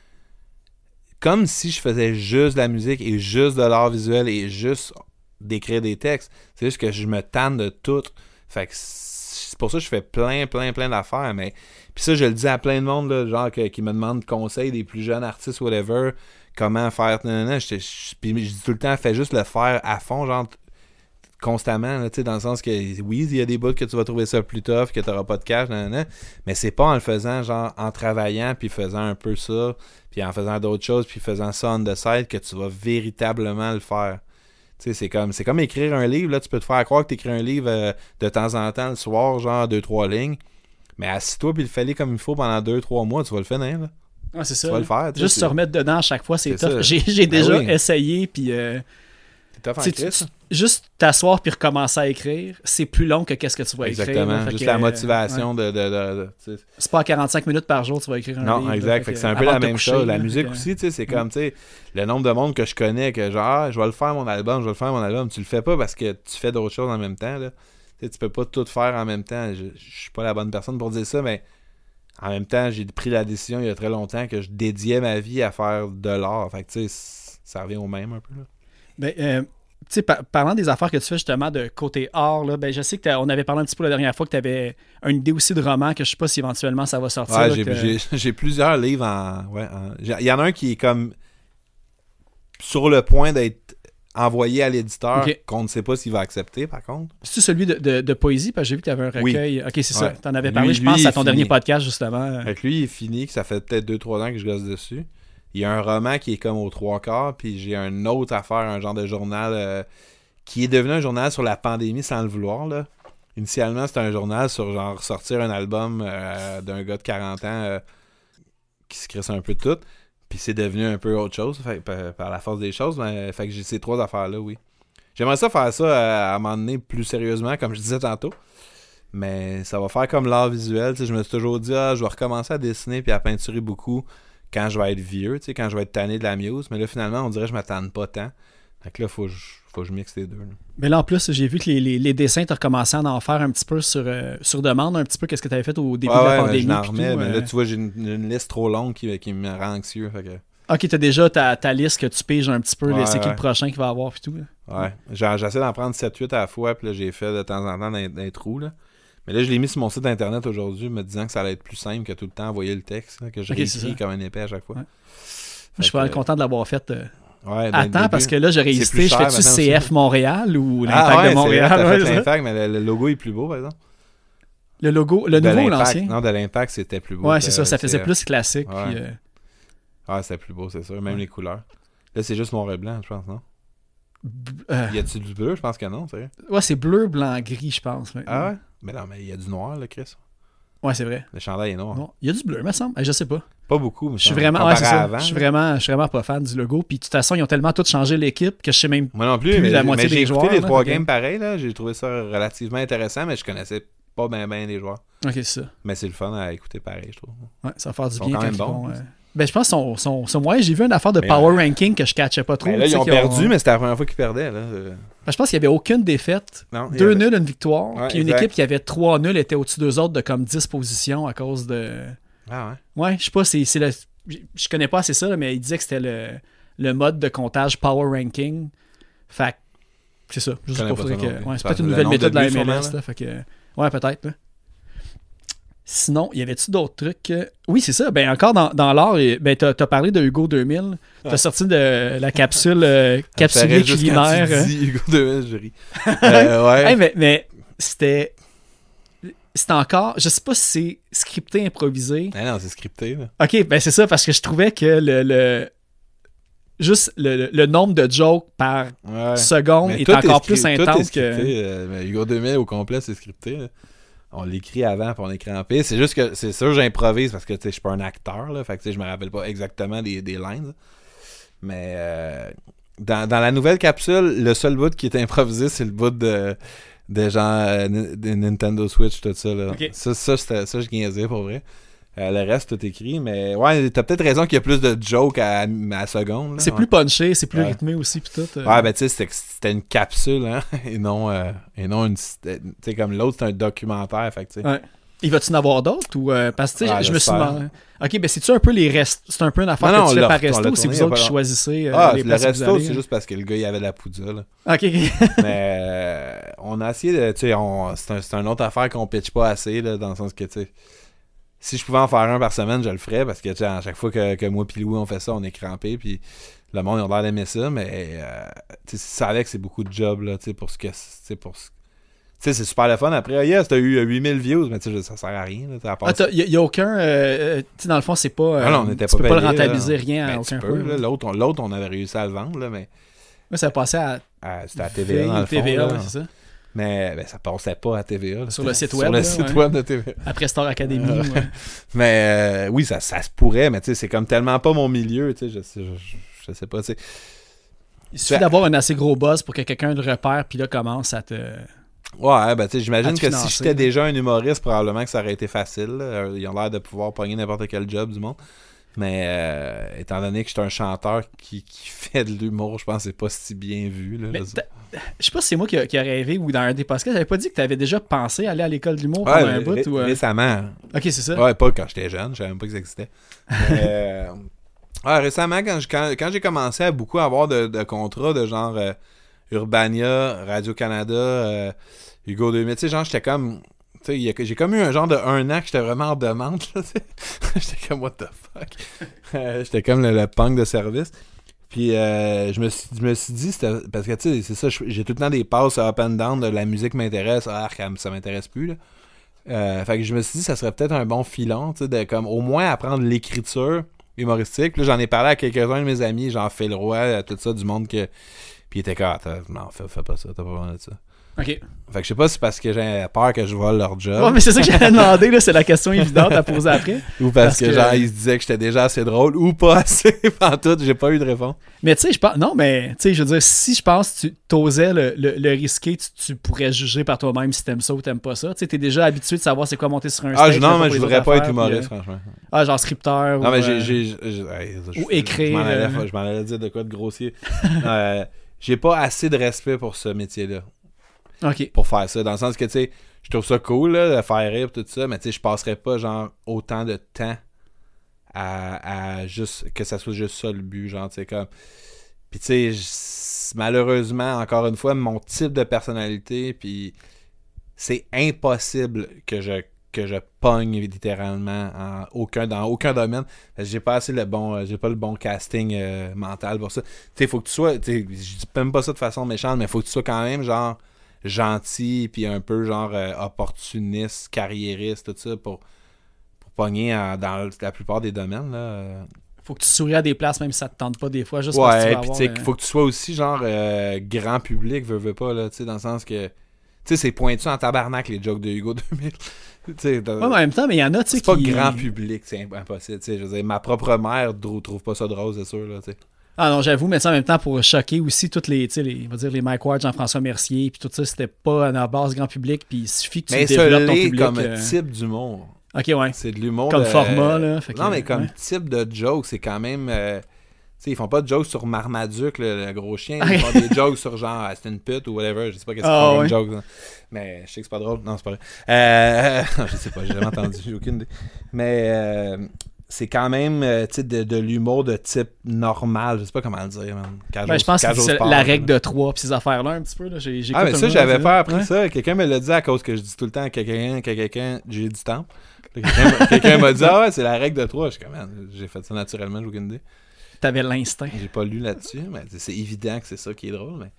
Comme si je faisais juste de la musique et juste de l'art visuel et juste d'écrire des textes. C'est juste que je me tanne de tout. Fait que c'est pour ça que je fais plein, plein, plein d'affaires. Mais puis ça, je le dis à plein de monde, là, genre que, qui me demandent conseils, des plus jeunes artistes, whatever, comment faire. Nanana, je, je, puis je dis tout le temps, fais juste le faire à fond, genre constamment, là, dans le sens que oui, il y a des bouts que tu vas trouver ça plus tough, que tu n'auras pas de cash, nanana, mais c'est pas en le faisant, genre en travaillant, puis faisant un peu ça, puis en faisant d'autres choses, puis faisant ça on the side, que tu vas véritablement le faire. Tu sais, c'est comme, c'est comme écrire un livre, là, tu peux te faire croire que tu écris un livre euh, de temps en temps le soir, genre deux, trois lignes, mais assis-toi puis le fais comme il faut pendant deux, trois mois, tu vas le finir, là. Ah, c'est ça. Tu vas le faire. Juste se remettre dedans à chaque fois, c'est, c'est tough. Ça. J'ai, j'ai déjà ben oui. essayé, puis... Euh... Tough en Tu- crise, tu- hein? juste t'asseoir puis recommencer à écrire, c'est plus long que qu'est-ce que tu vas écrire. Exactement. là. Fait Juste que, la euh, motivation ouais. de... de, de, de tu sais. C'est pas à quarante-cinq minutes par jour que tu vas écrire un Non, livre. là. exact. Fait Fait que, que c'est un peu avant la de te même coucher, chose. La là, musique fait que- aussi, tu sais, c'est comme, tu sais, le nombre de monde que je connais que genre, ah, je vais le faire mon album, je vais le faire mon album. Tu le fais pas parce que tu fais d'autres choses en même temps, là. Tu sais, tu peux pas tout faire en même temps. Je, je suis pas la bonne personne pour dire ça, mais en même temps, j'ai pris la décision il y a très longtemps que je dédiais ma vie à faire de l'art. Fait que, tu sais, ça revient au même un peu, là. Ben, euh, tu sais, par- parlant des affaires que tu fais justement de côté art, là, ben, je sais que t'as- on avait parlé un petit peu la dernière fois que tu avais une idée aussi de roman que je sais pas si éventuellement ça va sortir. Ouais, là, j'ai, que- j'ai, j'ai plusieurs livres en. Ouais, en- j'ai- il y en a un qui est comme sur le point d'être envoyé à l'éditeur, Ok. qu'on ne sait pas s'il va accepter, par contre. C'est-tu celui de, de, de poésie? Parce que j'ai vu que tu avais un Oui. recueil. Ok, c'est ça. Ouais. Tu en avais Lui- parlé, je lui, pense, il à est ton fini. dernier podcast, justement. Fait que lui, il est fini, que ça fait peut-être deux trois ans que je gosse dessus. Il y a un roman qui est comme aux trois quarts, puis j'ai un autre affaire, un genre de journal euh, qui est devenu un journal sur la pandémie sans le vouloir, là. Initialement, c'était un journal sur genre sortir un album euh, d'un gars de quarante ans euh, qui se crisse un peu de tout. Puis c'est devenu un peu autre chose, fait, par, par la force des choses. Mais, fait que j'ai ces trois affaires-là, oui. J'aimerais ça faire ça à, à un moment donné plus sérieusement, comme je disais tantôt. Mais ça va faire comme l'art visuel. Je me suis toujours dit, ah, je vais recommencer à dessiner puis à peinturer beaucoup quand je vais être vieux, quand je vais être tanné de la muse. Mais là, finalement, on dirait que je m'attends pas tant. Fait que là, faut que je, faut que je mixe les deux. Là. Mais là, en plus, j'ai vu que les, les, les dessins, tu as recommencé à en faire un petit peu sur, euh, sur demande, un petit peu qu'est-ce que tu avais fait au début Ouais, de la ouais, mais pandémie. je n'en puis remets, tout, mais euh. là, tu vois, j'ai une, une liste trop longue qui, qui me rend anxieux. Fait que... Ok, tu as déjà ta, ta liste que tu piges un petit peu, Ouais, les- c'est qui ouais. le prochain qu'il va avoir, puis tout. là. Ouais. Genre, j'essaie d'en prendre sept huit à la fois, puis là, j'ai fait de temps en temps dans, dans les trous, là. Mais là, je l'ai mis sur mon site internet aujourd'hui, me disant que ça allait être plus simple que tout le temps envoyer le texte, là, que je Ok, c'est réécris ça. comme un épée à chaque fois. Ouais. Fait Je suis que, pas content de l'avoir fait. euh, Ouais, ben, Attends, le parce début- que là, j'aurais c'est hésité, plus je cher fais-tu maintenant C F aussi. Montréal ou Ah l'Impact ouais, de Montréal? c'est vrai, t'as ouais, fait c'est ça. l'Impact, mais le, le logo est plus beau, par exemple. Le logo, le De nouveau ou l'Impact. l'ancien? Non, de l'Impact, c'était plus beau. Ouais, que c'est ça, ça faisait C F. plus classique. Ouais. Puis, euh, Ah, c'était plus beau, c'est sûr. Même Ouais. les couleurs. Là, c'est juste noir et blanc, je pense, non? b- euh, Y a-tu du bleu? Je pense que non, c'est vrai. ouais, c'est bleu, blanc, gris, je pense. maintenant. Ah ouais? Mais non, mais il y a du noir, là, Chris. Ouais, c'est vrai. Le chandail est noir. Non, il y a du bleu, il me semble. Eh, Je sais pas. Pas beaucoup, mais Je suis vraiment, ouais, comparé c'est à ça. avant, Je suis là. vraiment, je suis vraiment pas fan du logo. Puis de toute façon, ils ont tellement tout changé l'équipe que je sais même. Moi non plus, plus mais, la mais moitié j'ai des écouté joueurs, les là, trois fait que- games pareil, là. J'ai trouvé ça relativement intéressant, mais je connaissais pas bien bien les joueurs. Ok, c'est ça. Mais c'est le fun à écouter pareil, je trouve. Ouais, ça va faire du Ils sont bien quand quand même ils bons. vont, euh, Ben, je pense qu'ils sont, sont, sont moyens. J'ai vu une affaire de Mais power ouais. ranking que je catchais pas trop. Ben là, tu ils sais, ont qui perdu, mais c'était la première fois qu'ils perdaient, là. Euh, Ben, je pense qu'il n'y avait aucune défaite. Non, il y Deux avait- nuls, une victoire. Ouais, puis une exact. équipe qui avait trois nuls était au-dessus d'eux autres de comme dix positions à cause de. Ah ouais? Ouais, je sais pas, c'est, c'est le. Je je connais pas assez ça, là, mais il disait que c'était le, le mode de comptage power ranking. Fait que c'est ça. Juste connais pour pas faudrait ça que. non plus. Ouais, c'est Ça peut-être une fait le nouvelle nombre méthode de de la buts, M L S. sûrement, Là, fait que, ouais, peut-être. Là. Sinon, y avait-tu d'autres trucs? euh? Oui, c'est ça. Ben, encore dans, dans l'art, et- ben, t'as, t'as parlé de Hugo deux mille. T'as Ouais. sorti de la capsule euh, Ça capsulier paraît juste quand culinaire. tu euh. dis Hugo de je ris. Euh, ouais. Hey, mais, mais c'était. C'était encore. Je sais pas si c'est scripté, improvisé. Ah non, c'est scripté, là. Ok, ben c'est ça, parce que je trouvais que le. le- juste le, le- le nombre de jokes par Ouais. seconde Mais est tout encore scri- plus tout est intense scripté, que. euh, mais Hugo deux mille au complet, c'est scripté. Là. On l'écrit avant puis on est crampé. C'est juste que c'est sûr j'improvise parce que tu sais, je suis pas un acteur. Là, fait que tu sais, je me rappelle pas exactement des, des lines. là. Mais euh, dans, dans la nouvelle capsule, le seul bout qui est improvisé, c'est le bout de, de genre euh, N- de Nintendo Switch, tout ça. Là. Ok. Ça, ça, c'était- ça, je niaisais pour vrai. Euh, le reste, tout écrit. Mais ouais, t'as peut-être raison qu'il y a plus de jokes à, à la seconde. là. C'est Ouais. plus punché, c'est plus Ouais. rythmé aussi, pis tout. euh. Ouais, ben tu sais, c'était, c'était une capsule, hein, et non, euh, et non une. Tu sais, comme l'autre, c'est un documentaire, fait que tu sais. Ouais. Il va-tu en avoir d'autres ou euh, parce que tu sais, Ah, je me suis j'espère. demandé. Ok, ben c'est-tu un peu les restes. C'est un peu une affaire Non, non, que tu on fais l'a- par on l'a resto ou c'est tourné il vous y a autres pas qui long- choisissez euh, Ah, les le places où vous resto, allez, c'est hein? juste parce que le gars, il avait de la poudre, là. Ok, Mais euh, on a essayé de. Tu sais, on- c'est, un, c'est une autre affaire qu'on pitch pas assez, là, dans le sens que, tu sais. Si je pouvais en faire un par semaine, je le ferais, parce que, tu sais, à chaque fois que, que moi et Louis, on fait ça, on est crampé, puis le monde, ils ont l'air d'aimer ça, mais, euh, tu sais, ça avec, c'est beaucoup de job, là, tu sais, pour ce que. Tu sais, pour ce. Tu sais, c'est super le fun. Après, oh yes, t'as eu huit mille views, mais tu sais, ça sert à rien. Là, à part ah, il n'y a, aucun. euh, euh, tu sais, dans le fond, c'est pas. euh, Ah non, on était tu pas peux pas le payé, rentabiliser là. rien à Ben, aucun tu peux, point. là. L'autre, on, l'autre, on avait réussi à le vendre, là, mais Moi, ça passait à à- c'était à T V A dans le fond. T V A, là. ouais, c'est ça. Mais ben, ça passait pas à T V A. là. Sur le site Sur web, le là, site ouais. web de T V A. Après Star Academy. Euh, ouais. Mais euh, oui, ça, ça se pourrait, mais tu sais, c'est comme tellement pas mon milieu, tu sais, je, sais- je, je, je sais pas, tu sais. Il suffit d'avoir un assez gros buzz pour que quelqu'un le repère, puis là, commence à te... Ouais, ben tu sais, j'imagine que financer, si j'étais déjà un humoriste, probablement que ça aurait été facile. Là. Ils ont l'air de pouvoir pogner n'importe quel job du monde. Mais euh, étant donné que je suis un chanteur qui, qui fait de l'humour, je pense que c'est pas si bien vu. Là, je sais pas si c'est moi qui a, qui a rêvé ou dans un des podcasts, j'avais pas dit que tu avais déjà pensé aller à l'école de l'humour ouais, pendant un bout ré- ou, euh... récemment. Ok, c'est ça. Ouais, pas quand j'étais jeune, je savais même pas que ça existait. Mais, euh, ouais, récemment, quand, je, quand, quand j'ai commencé à beaucoup avoir de, de contrats de genre euh, Urbania, Radio-Canada, euh, Hugo deux mille, tu sais, genre, j'étais comme. Tu sais, j'ai comme eu un genre de un an que j'étais vraiment en demande. Là, j'étais comme, what the fuck? euh, j'étais comme le, le punk de service. Puis euh, je, me suis, je me suis dit, c'était, parce que tu sais, c'est ça, j'ai tout le temps des passes up and down de la musique m'intéresse, ah, ça m'intéresse plus. Là. Euh, fait que je me suis dit, ça serait peut-être un bon filon, tu sais, de comme au moins apprendre l'écriture humoristique. Puis là, j'en ai parlé à quelques-uns de mes amis, genre Phil Roy, tout ça, du monde que. Puis il était comme, ah, non, fais, fais pas ça, t'as pas besoin de ça. OK. Fait que je sais pas si c'est parce que j'ai peur que je vole leur job. Ouais, mais c'est ça que j'allais demander, là, c'est la question évidente à poser après. Ou parce, parce que, que, genre, ils se disaient que j'étais déjà assez drôle ou pas assez. En tout, j'ai pas eu de réponse. Mais tu sais, je pense. Non, mais tu sais, je veux dire, si je pense que tu t'osais le, le, le risquer, tu, tu pourrais juger par toi-même si t'aimes ça ou t'aimes pas ça. Tu sais, t'es déjà habitué de savoir c'est quoi monter sur un stage. Ah, non, mais je voudrais pas être humoriste, puis, euh... franchement. Ah, genre scripteur. Non, ou, mais euh... j'ai. j'ai, j'ai hey, je, ou écrire. Je m'en, allais, euh... je m'en allais dire de quoi de grossier. euh, j'ai pas assez de respect pour ce métier-là. Okay. Pour faire ça, dans le sens que, tu sais, je trouve ça cool, là, de faire rire tout ça, mais tu sais, je passerais pas, genre, autant de temps à, à juste, que ça soit juste ça le but, genre, tu sais, comme... Puis, tu sais, malheureusement, encore une fois, mon type de personnalité, puis c'est impossible que je que je pogne littéralement en aucun, dans aucun domaine. J'ai pas assez le bon, j'ai pas le bon casting euh, mental pour ça. Tu sais, faut que tu sois, tu sais, je dis même pas ça de façon méchante, mais faut que tu sois quand même, genre, gentil, puis un peu genre euh, opportuniste, carriériste, tout ça, pour, pour pogner en, dans la plupart des domaines. Là. Faut que tu souris à des places, même si ça te tente pas des fois, juste ouais, parce que tu vas puis avoir... tu sais, euh... faut que tu sois aussi genre euh, grand public, veux, veux pas, là, tu sais, dans le sens que, tu sais, c'est pointu en tabarnak, les jokes de Hugo deux mille. Ouais, mais en même temps, mais il y en a, tu sais, c'est qui... pas grand public, c'est impossible, tu sais, je veux dire, ma propre mère trouve, trouve pas ça drôle, c'est sûr, là, tu sais. Ah non, j'avoue, mais ça en même temps pour choquer aussi toutes les, tu sais, les, on va dire les Mike Ward, Jean-François Mercier, puis tout ça, c'était pas à la base grand public, puis il suffit que tu mais développes ton public. public. Comme euh... type d'humour. Ok, ouais. C'est de l'humour. Comme de... format, là. Fait que, non, mais comme ouais. type de joke, c'est quand même. Euh... Tu sais, ils font pas de jokes sur Marmaduke, le, le gros chien. Ils font des jokes sur genre c'est une pute ou whatever. Je sais pas qu'est-ce qu'ils oh, font ouais. une joke. Là. Mais je sais que c'est pas drôle. Non, c'est pas vrai. Euh... je sais pas, j'ai jamais entendu. J'ai aucune idée. Mais. Euh... c'est quand même euh, de, de l'humour de type normal. Je sais pas comment le dire. Ben, je pense que c'est sport, la règle là. De trois pis ces affaires-là un petit peu. Là. J'ai, j'ai ah, mais ça, j'avais pas appris ouais. ça. Quelqu'un me l'a dit à cause que je dis tout le temps à quelqu'un que quelqu'un, j'ai du temps. Quelqu'un, quelqu'un m'a dit, ah ouais, c'est la règle de trois. Je suis comme, j'ai fait ça naturellement, j'ai aucune idée. T'avais l'instinct. J'ai pas lu là-dessus, mais c'est évident que c'est ça qui est drôle. Mais,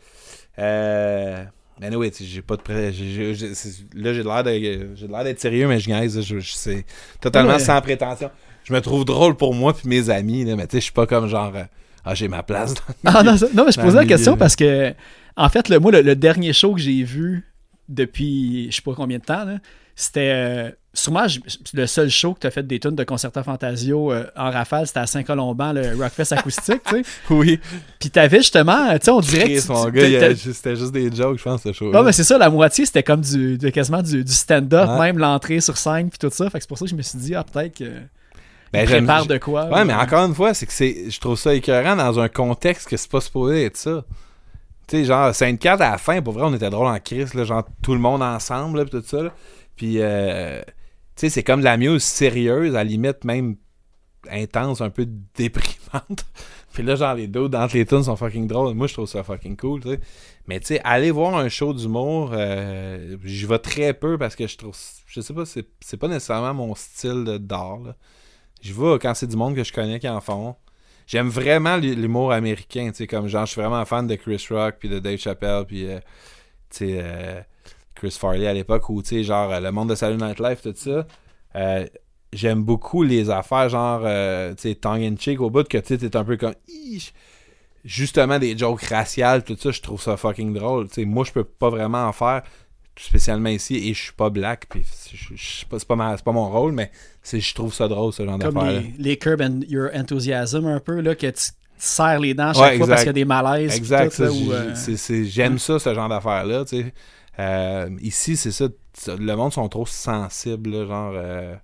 euh, mais anyway, j'ai pas de prêt. J'ai, j'ai, là, j'ai l'air, de, j'ai l'air d'être sérieux, mais je niaise. Je, je, c'est totalement ouais. sans prétention. Je me trouve drôle pour moi puis mes amis, là, mais tu sais, je suis pas comme genre euh, ah j'ai ma place. Dans ah non, ça, non mais je posais la question milieu. Parce que en fait le moi le, le dernier show que j'ai vu depuis je sais pas combien de temps là, c'était euh, sûrement je, le seul show que tu as fait des tunes de Concerta Fantasio euh, en rafale, c'était à Saint-Colomban le Rockfest acoustique, tu sais. Oui. Puis t'avais justement, tu sais on dirait Chris, que tu, mon tu, gars, a, c'était juste des jokes, je pense ce show. Non mais c'est ça, la moitié c'était comme du de, quasiment du, du stand-up, ouais. même l'entrée sur scène puis tout ça, fait que c'est pour ça que je me suis dit ah peut-être que ben, prépare de quoi. Ouais, ou... mais encore une fois, c'est que c'est je trouve ça écœurant dans un contexte que c'est pas supposé être ça. Tu sais, genre, Sainte-Cat à la fin, pour vrai, on était drôle en crise, là, genre tout le monde ensemble, là, pis tout ça. Là. Puis, euh, tu sais, c'est comme de la muse sérieuse, à la limite même intense, un peu déprimante. Puis là, genre, les deux dans les tunes sont fucking drôles. Moi, je trouve ça fucking cool, tu sais. Mais tu sais, aller voir un show d'humour, euh, j'y vais très peu parce que je trouve, je sais pas, c'est, c'est pas nécessairement mon style de, d'art, là. Je vais quand c'est du monde que je connais qui en font. J'aime vraiment l'humour américain, tu sais, comme genre, je suis vraiment fan de Chris Rock, puis de Dave Chappelle, puis, euh, tu sais, euh, Chris Farley à l'époque, ou, tu sais, genre, le monde de Saturday Night Live, tout ça. Euh, j'aime beaucoup les affaires, genre, euh, tu sais, tongue-in-cheek, au bout que, tu sais, t'es un peu comme, justement, des jokes raciales, tout ça, je trouve ça fucking drôle. Tu sais, moi, je peux pas vraiment en faire, spécialement ici, et je suis pas black, puis je, je, c'est, pas, c'est, pas ma, c'est pas mon rôle, mais c'est, je trouve ça drôle, ce genre comme d'affaires. Comme les, les Curb and Your Enthusiasm, un peu, là, que tu serre les dents à chaque ouais, fois parce qu'il y a des malaises. Exact. Tout, ça, là, où, euh... c'est, c'est, j'aime ouais. ça, ce genre d'affaires-là. Tu sais. Euh, ici, c'est ça. Le monde sont trop sensibles. Là, genre. Euh,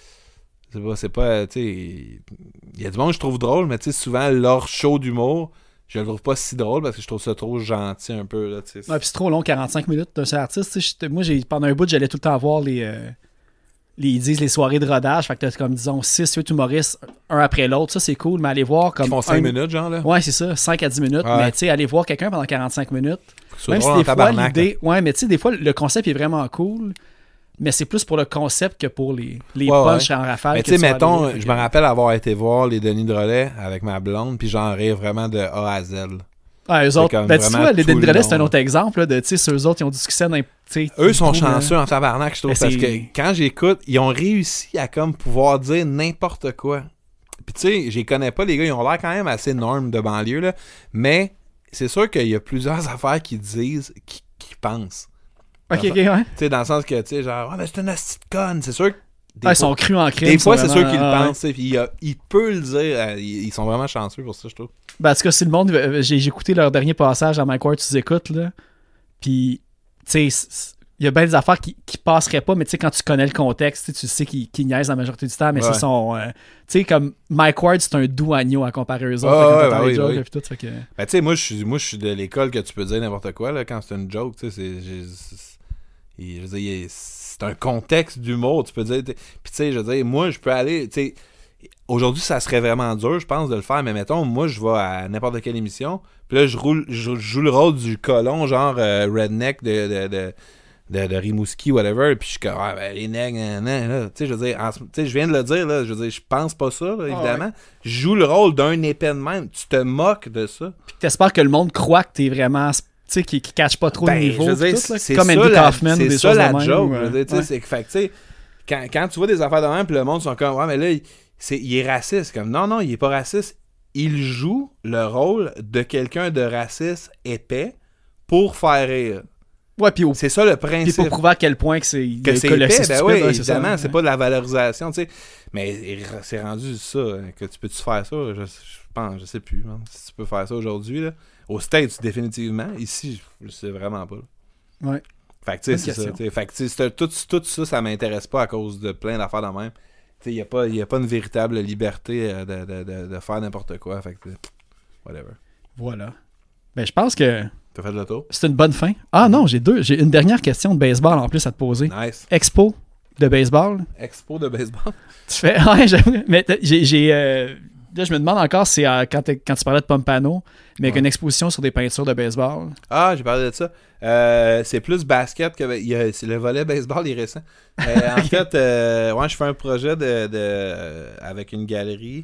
c'est pas. C'est pas tu sais. Il y a du monde que je trouve drôle, mais tu sais, souvent, leur show d'humour, je le trouve pas si drôle parce que je trouve ça trop gentil un peu. Là, ouais, puis c'est trop long, quarante-cinq minutes d'un seul artiste. Moi, j'ai, pendant un bout, j'allais tout le temps voir les. Euh... Les, ils disent les soirées de rodage, fait que t'as comme disons six huit humoristes un après l'autre, ça c'est cool, mais aller voir comme. Ils font cinq un... minutes, genre là. Ouais, c'est ça, cinq à dix minutes, ouais. Mais tu sais, aller voir quelqu'un pendant quarante-cinq minutes. C'est même si des fois l'idée. Ouais, mais tu sais, des fois le concept est vraiment cool, mais c'est plus pour le concept que pour les, les ouais, punchs ouais. en rafale. Mais tu sais, mettons, aller, je me rappelle avoir été voir les Denis de Relais avec ma blonde, puis j'en rire vraiment de A à Z. Ah, eux autres, ben, tu vois, les Denis de Relais, c'est un autre exemple là, de, tu sais, eux autres, ils ont du succès dans. Eux sont chanceux en tabarnak, je trouve, parce que quand j'écoute, ils ont réussi à comme pouvoir dire n'importe quoi. Puis tu sais, je les connais pas, les gars, ils ont l'air quand même assez normes de banlieue, là, mais c'est sûr qu'il y a plusieurs affaires qu'ils disent, qu'ils, qu'ils pensent. Ok, ok, ouais. Tu sais, dans le sens que, tu sais, genre, ah, oh, mais c'est une astuce de conne, c'est sûr que. Ah, fois, ils sont crus en crime. Des fois, c'est vraiment, sûr qu'ils ah, le pensent, ouais. Puis il, il peut le dire, ils sont vraiment chanceux pour ça, je trouve. Ben, en tout cas, si le monde, j'ai, j'ai écouté leur dernier passage à Mike Ward, tu écoutes, là, puis, tu sais, il y a bien des affaires qui, qui passeraient pas, mais tu sais, quand tu connais le contexte, tu sais qu'ils, qu'ils niaisent la majorité du temps, mais ouais. c'est son. Euh, tu sais, comme Mike Ward, c'est un doux agneau à comparer aux autres. Oh, quand ouais, ben, oui, jokes, oui. Puis tout, fait que... Ben, tu sais, moi, je suis, moi, je suis de l'école que tu peux dire n'importe quoi, là, quand c'est une joke, tu sais, c'est. c'est, c'est, je veux dire, c'est un contexte d'humour, tu peux dire. Puis, tu sais, je veux dire, moi, je peux aller. Tu sais, aujourd'hui, ça serait vraiment dur, je pense, de le faire, mais mettons, moi, je vais à n'importe quelle émission, puis là, je, roule, je joue le rôle du colon, genre euh, redneck de. de, de De, de Rimouski, whatever, puis je suis comme, ah, ben, les nègres, tu sais, je veux dire, tu sais, je viens de le dire, là, je veux dire, je pense pas ça, là, évidemment. Oh, ouais. Je joue le rôle d'un épais de même, tu te moques de ça. Puis t'espères que le monde croit que t'es vraiment, tu sais, qui, qui cache pas trop ben, le niveau. Je veux dire, tout, c'est comme ça, Andy la, Kaufman c'est ou des ça choses la de même, joke, ou, je veux dire, tu sais, ouais. c'est que, fait que, tu sais, quand, quand tu vois des affaires de même, puis le monde sont comme, ouais, mais là, il, c'est, il est raciste. Comme, non, non, il est pas raciste. Il joue le rôle de quelqu'un de raciste épais pour faire rire. Ouais, puis au... c'est ça le principe. Puis pour prouver à quel point que c'est que c'est épais, ben stupide, oui, ouais, évidemment, c'est, c'est pas de la valorisation, tu sais. Mais c'est rendu ça, que tu peux-tu faire ça? Je, je pense, je sais plus, man, si tu peux faire ça aujourd'hui, là. Aux States, définitivement. Ici, je sais vraiment pas. Là. Ouais. Fait que, tu sais, c'est ça. T'sais. Fait que, tu sais, tout, tout ça, ça m'intéresse pas à cause de plein d'affaires de même. Tu sais, il n'y a, a pas une véritable liberté de, de, de, de faire n'importe quoi. Fait que, whatever. Voilà. Ben, je pense que t'as fait le tour? C'est une bonne fin. Ah non, j'ai deux. J'ai une dernière question de baseball en plus à te poser. Nice. Expo de baseball. Expo de baseball? Tu fais... Ouais, j'aime... Mais j'ai... j'ai euh... Là, je me demande encore, c'est euh, quand, quand tu parlais de Pompano, mais avec ouais. une exposition sur des peintures de baseball. Ah, j'ai parlé de ça. Euh, c'est plus basket que... Il y a, c'est le volet baseball, il est récent. Euh, en okay. fait, euh, ouais, je fais un projet de, de euh, avec une galerie.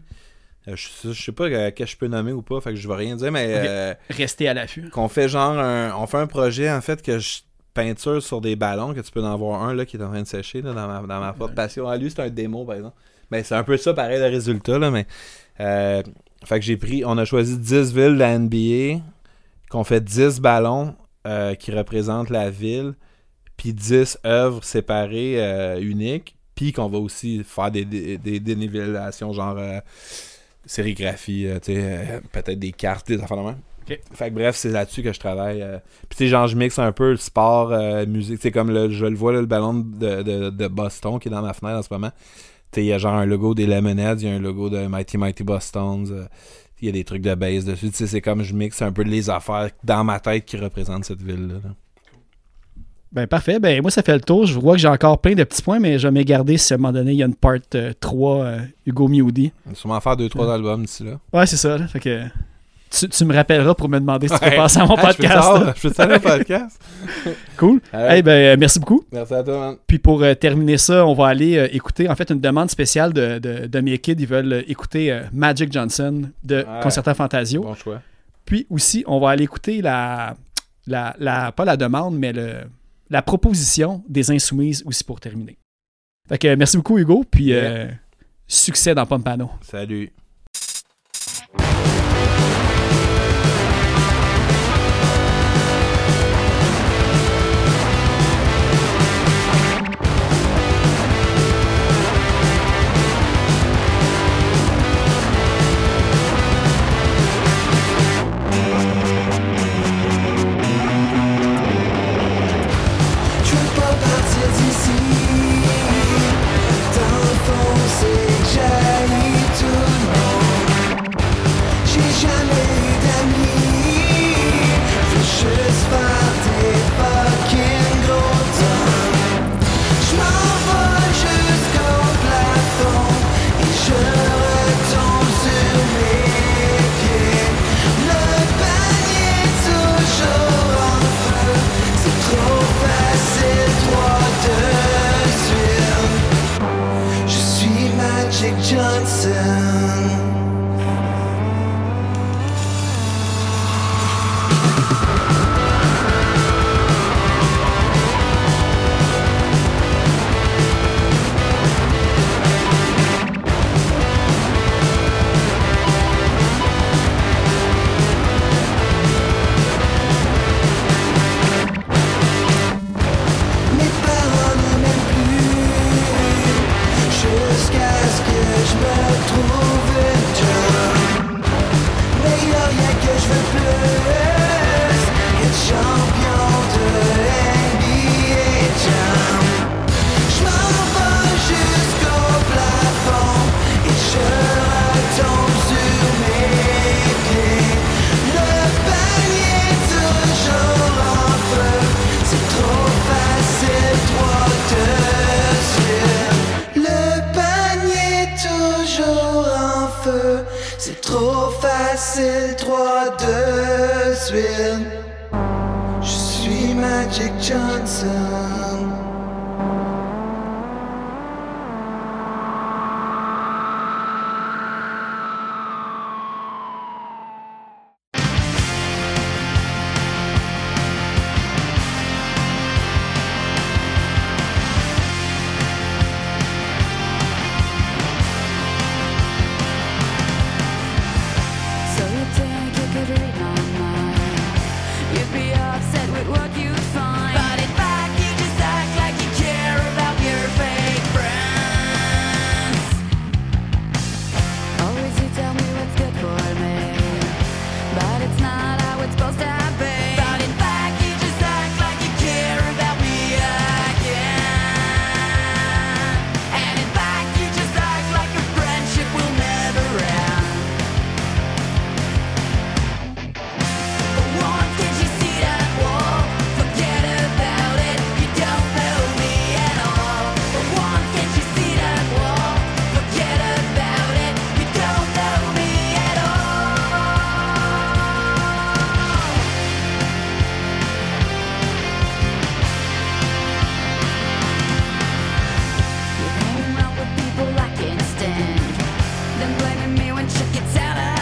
Je, je sais pas euh, que je peux nommer ou pas, fait que je vais rien dire, mais... Okay. Euh, Restez à l'affût. Qu'on fait genre... Un, on fait un projet, en fait, que je peinture sur des ballons, que tu peux en avoir un là qui est en train de sécher là, dans ma, dans ma porte passion. Ah, lui, c'est un démo, par exemple. Ben, c'est un peu ça, pareil, le résultat, là, mais... Euh, fait que j'ai pris... On a choisi dix villes de la N B A, qu'on fait dix ballons euh, qui représentent la ville, puis dix œuvres séparées, euh, uniques, puis qu'on va aussi faire des, des, des dénivellations, genre... Euh, sérigraphie, euh, tu sais, euh, peut-être des cartes, des affaires de même. Okay. Fait que bref, c'est là-dessus que je travaille. Euh. Puis tu sais, genre, je mixe un peu le sport, euh, musique. Tu sais, comme le, je le vois, là, le ballon de, de, de Boston qui est dans ma fenêtre en ce moment. Tu sais, il y a genre un logo des Lemonheads, il y a un logo de Mighty Mighty Boston. Il euh, y a des trucs de bass dessus. Tu sais, c'est comme je mixe un peu les affaires dans ma tête qui représentent cette ville-là. Là. Ben parfait. Ben moi, ça fait le tour. Je vois que j'ai encore plein de petits points, mais je vais m'égarder si à un moment donné, il y a une part euh, trois, euh, Hugo Miudi. On va sûrement faire deux trois ouais. albums d'ici là. Ouais, c'est ça. Là. Fait que tu, tu me rappelleras pour me demander si ouais. tu peux passer à mon ah, podcast. Je peux te faire un podcast. Cool. Right. Hey, ben, merci beaucoup. Merci à toi, man. Puis pour euh, terminer ça, on va aller euh, écouter en fait une demande spéciale de, de, de mes kids. Ils veulent euh, écouter euh, Magic Johnson de ouais. Concerto Fantasio. Bon choix. Puis aussi, on va aller écouter la, la, la pas la demande, mais le la proposition des Insoumises aussi pour terminer. Fait que merci beaucoup Hugo, puis yeah. euh, succès dans Pompano. Salut. feu. C'est trop facile, trois, deux, suite. Je suis Magic Johnson. Then blaming me when shit gets out of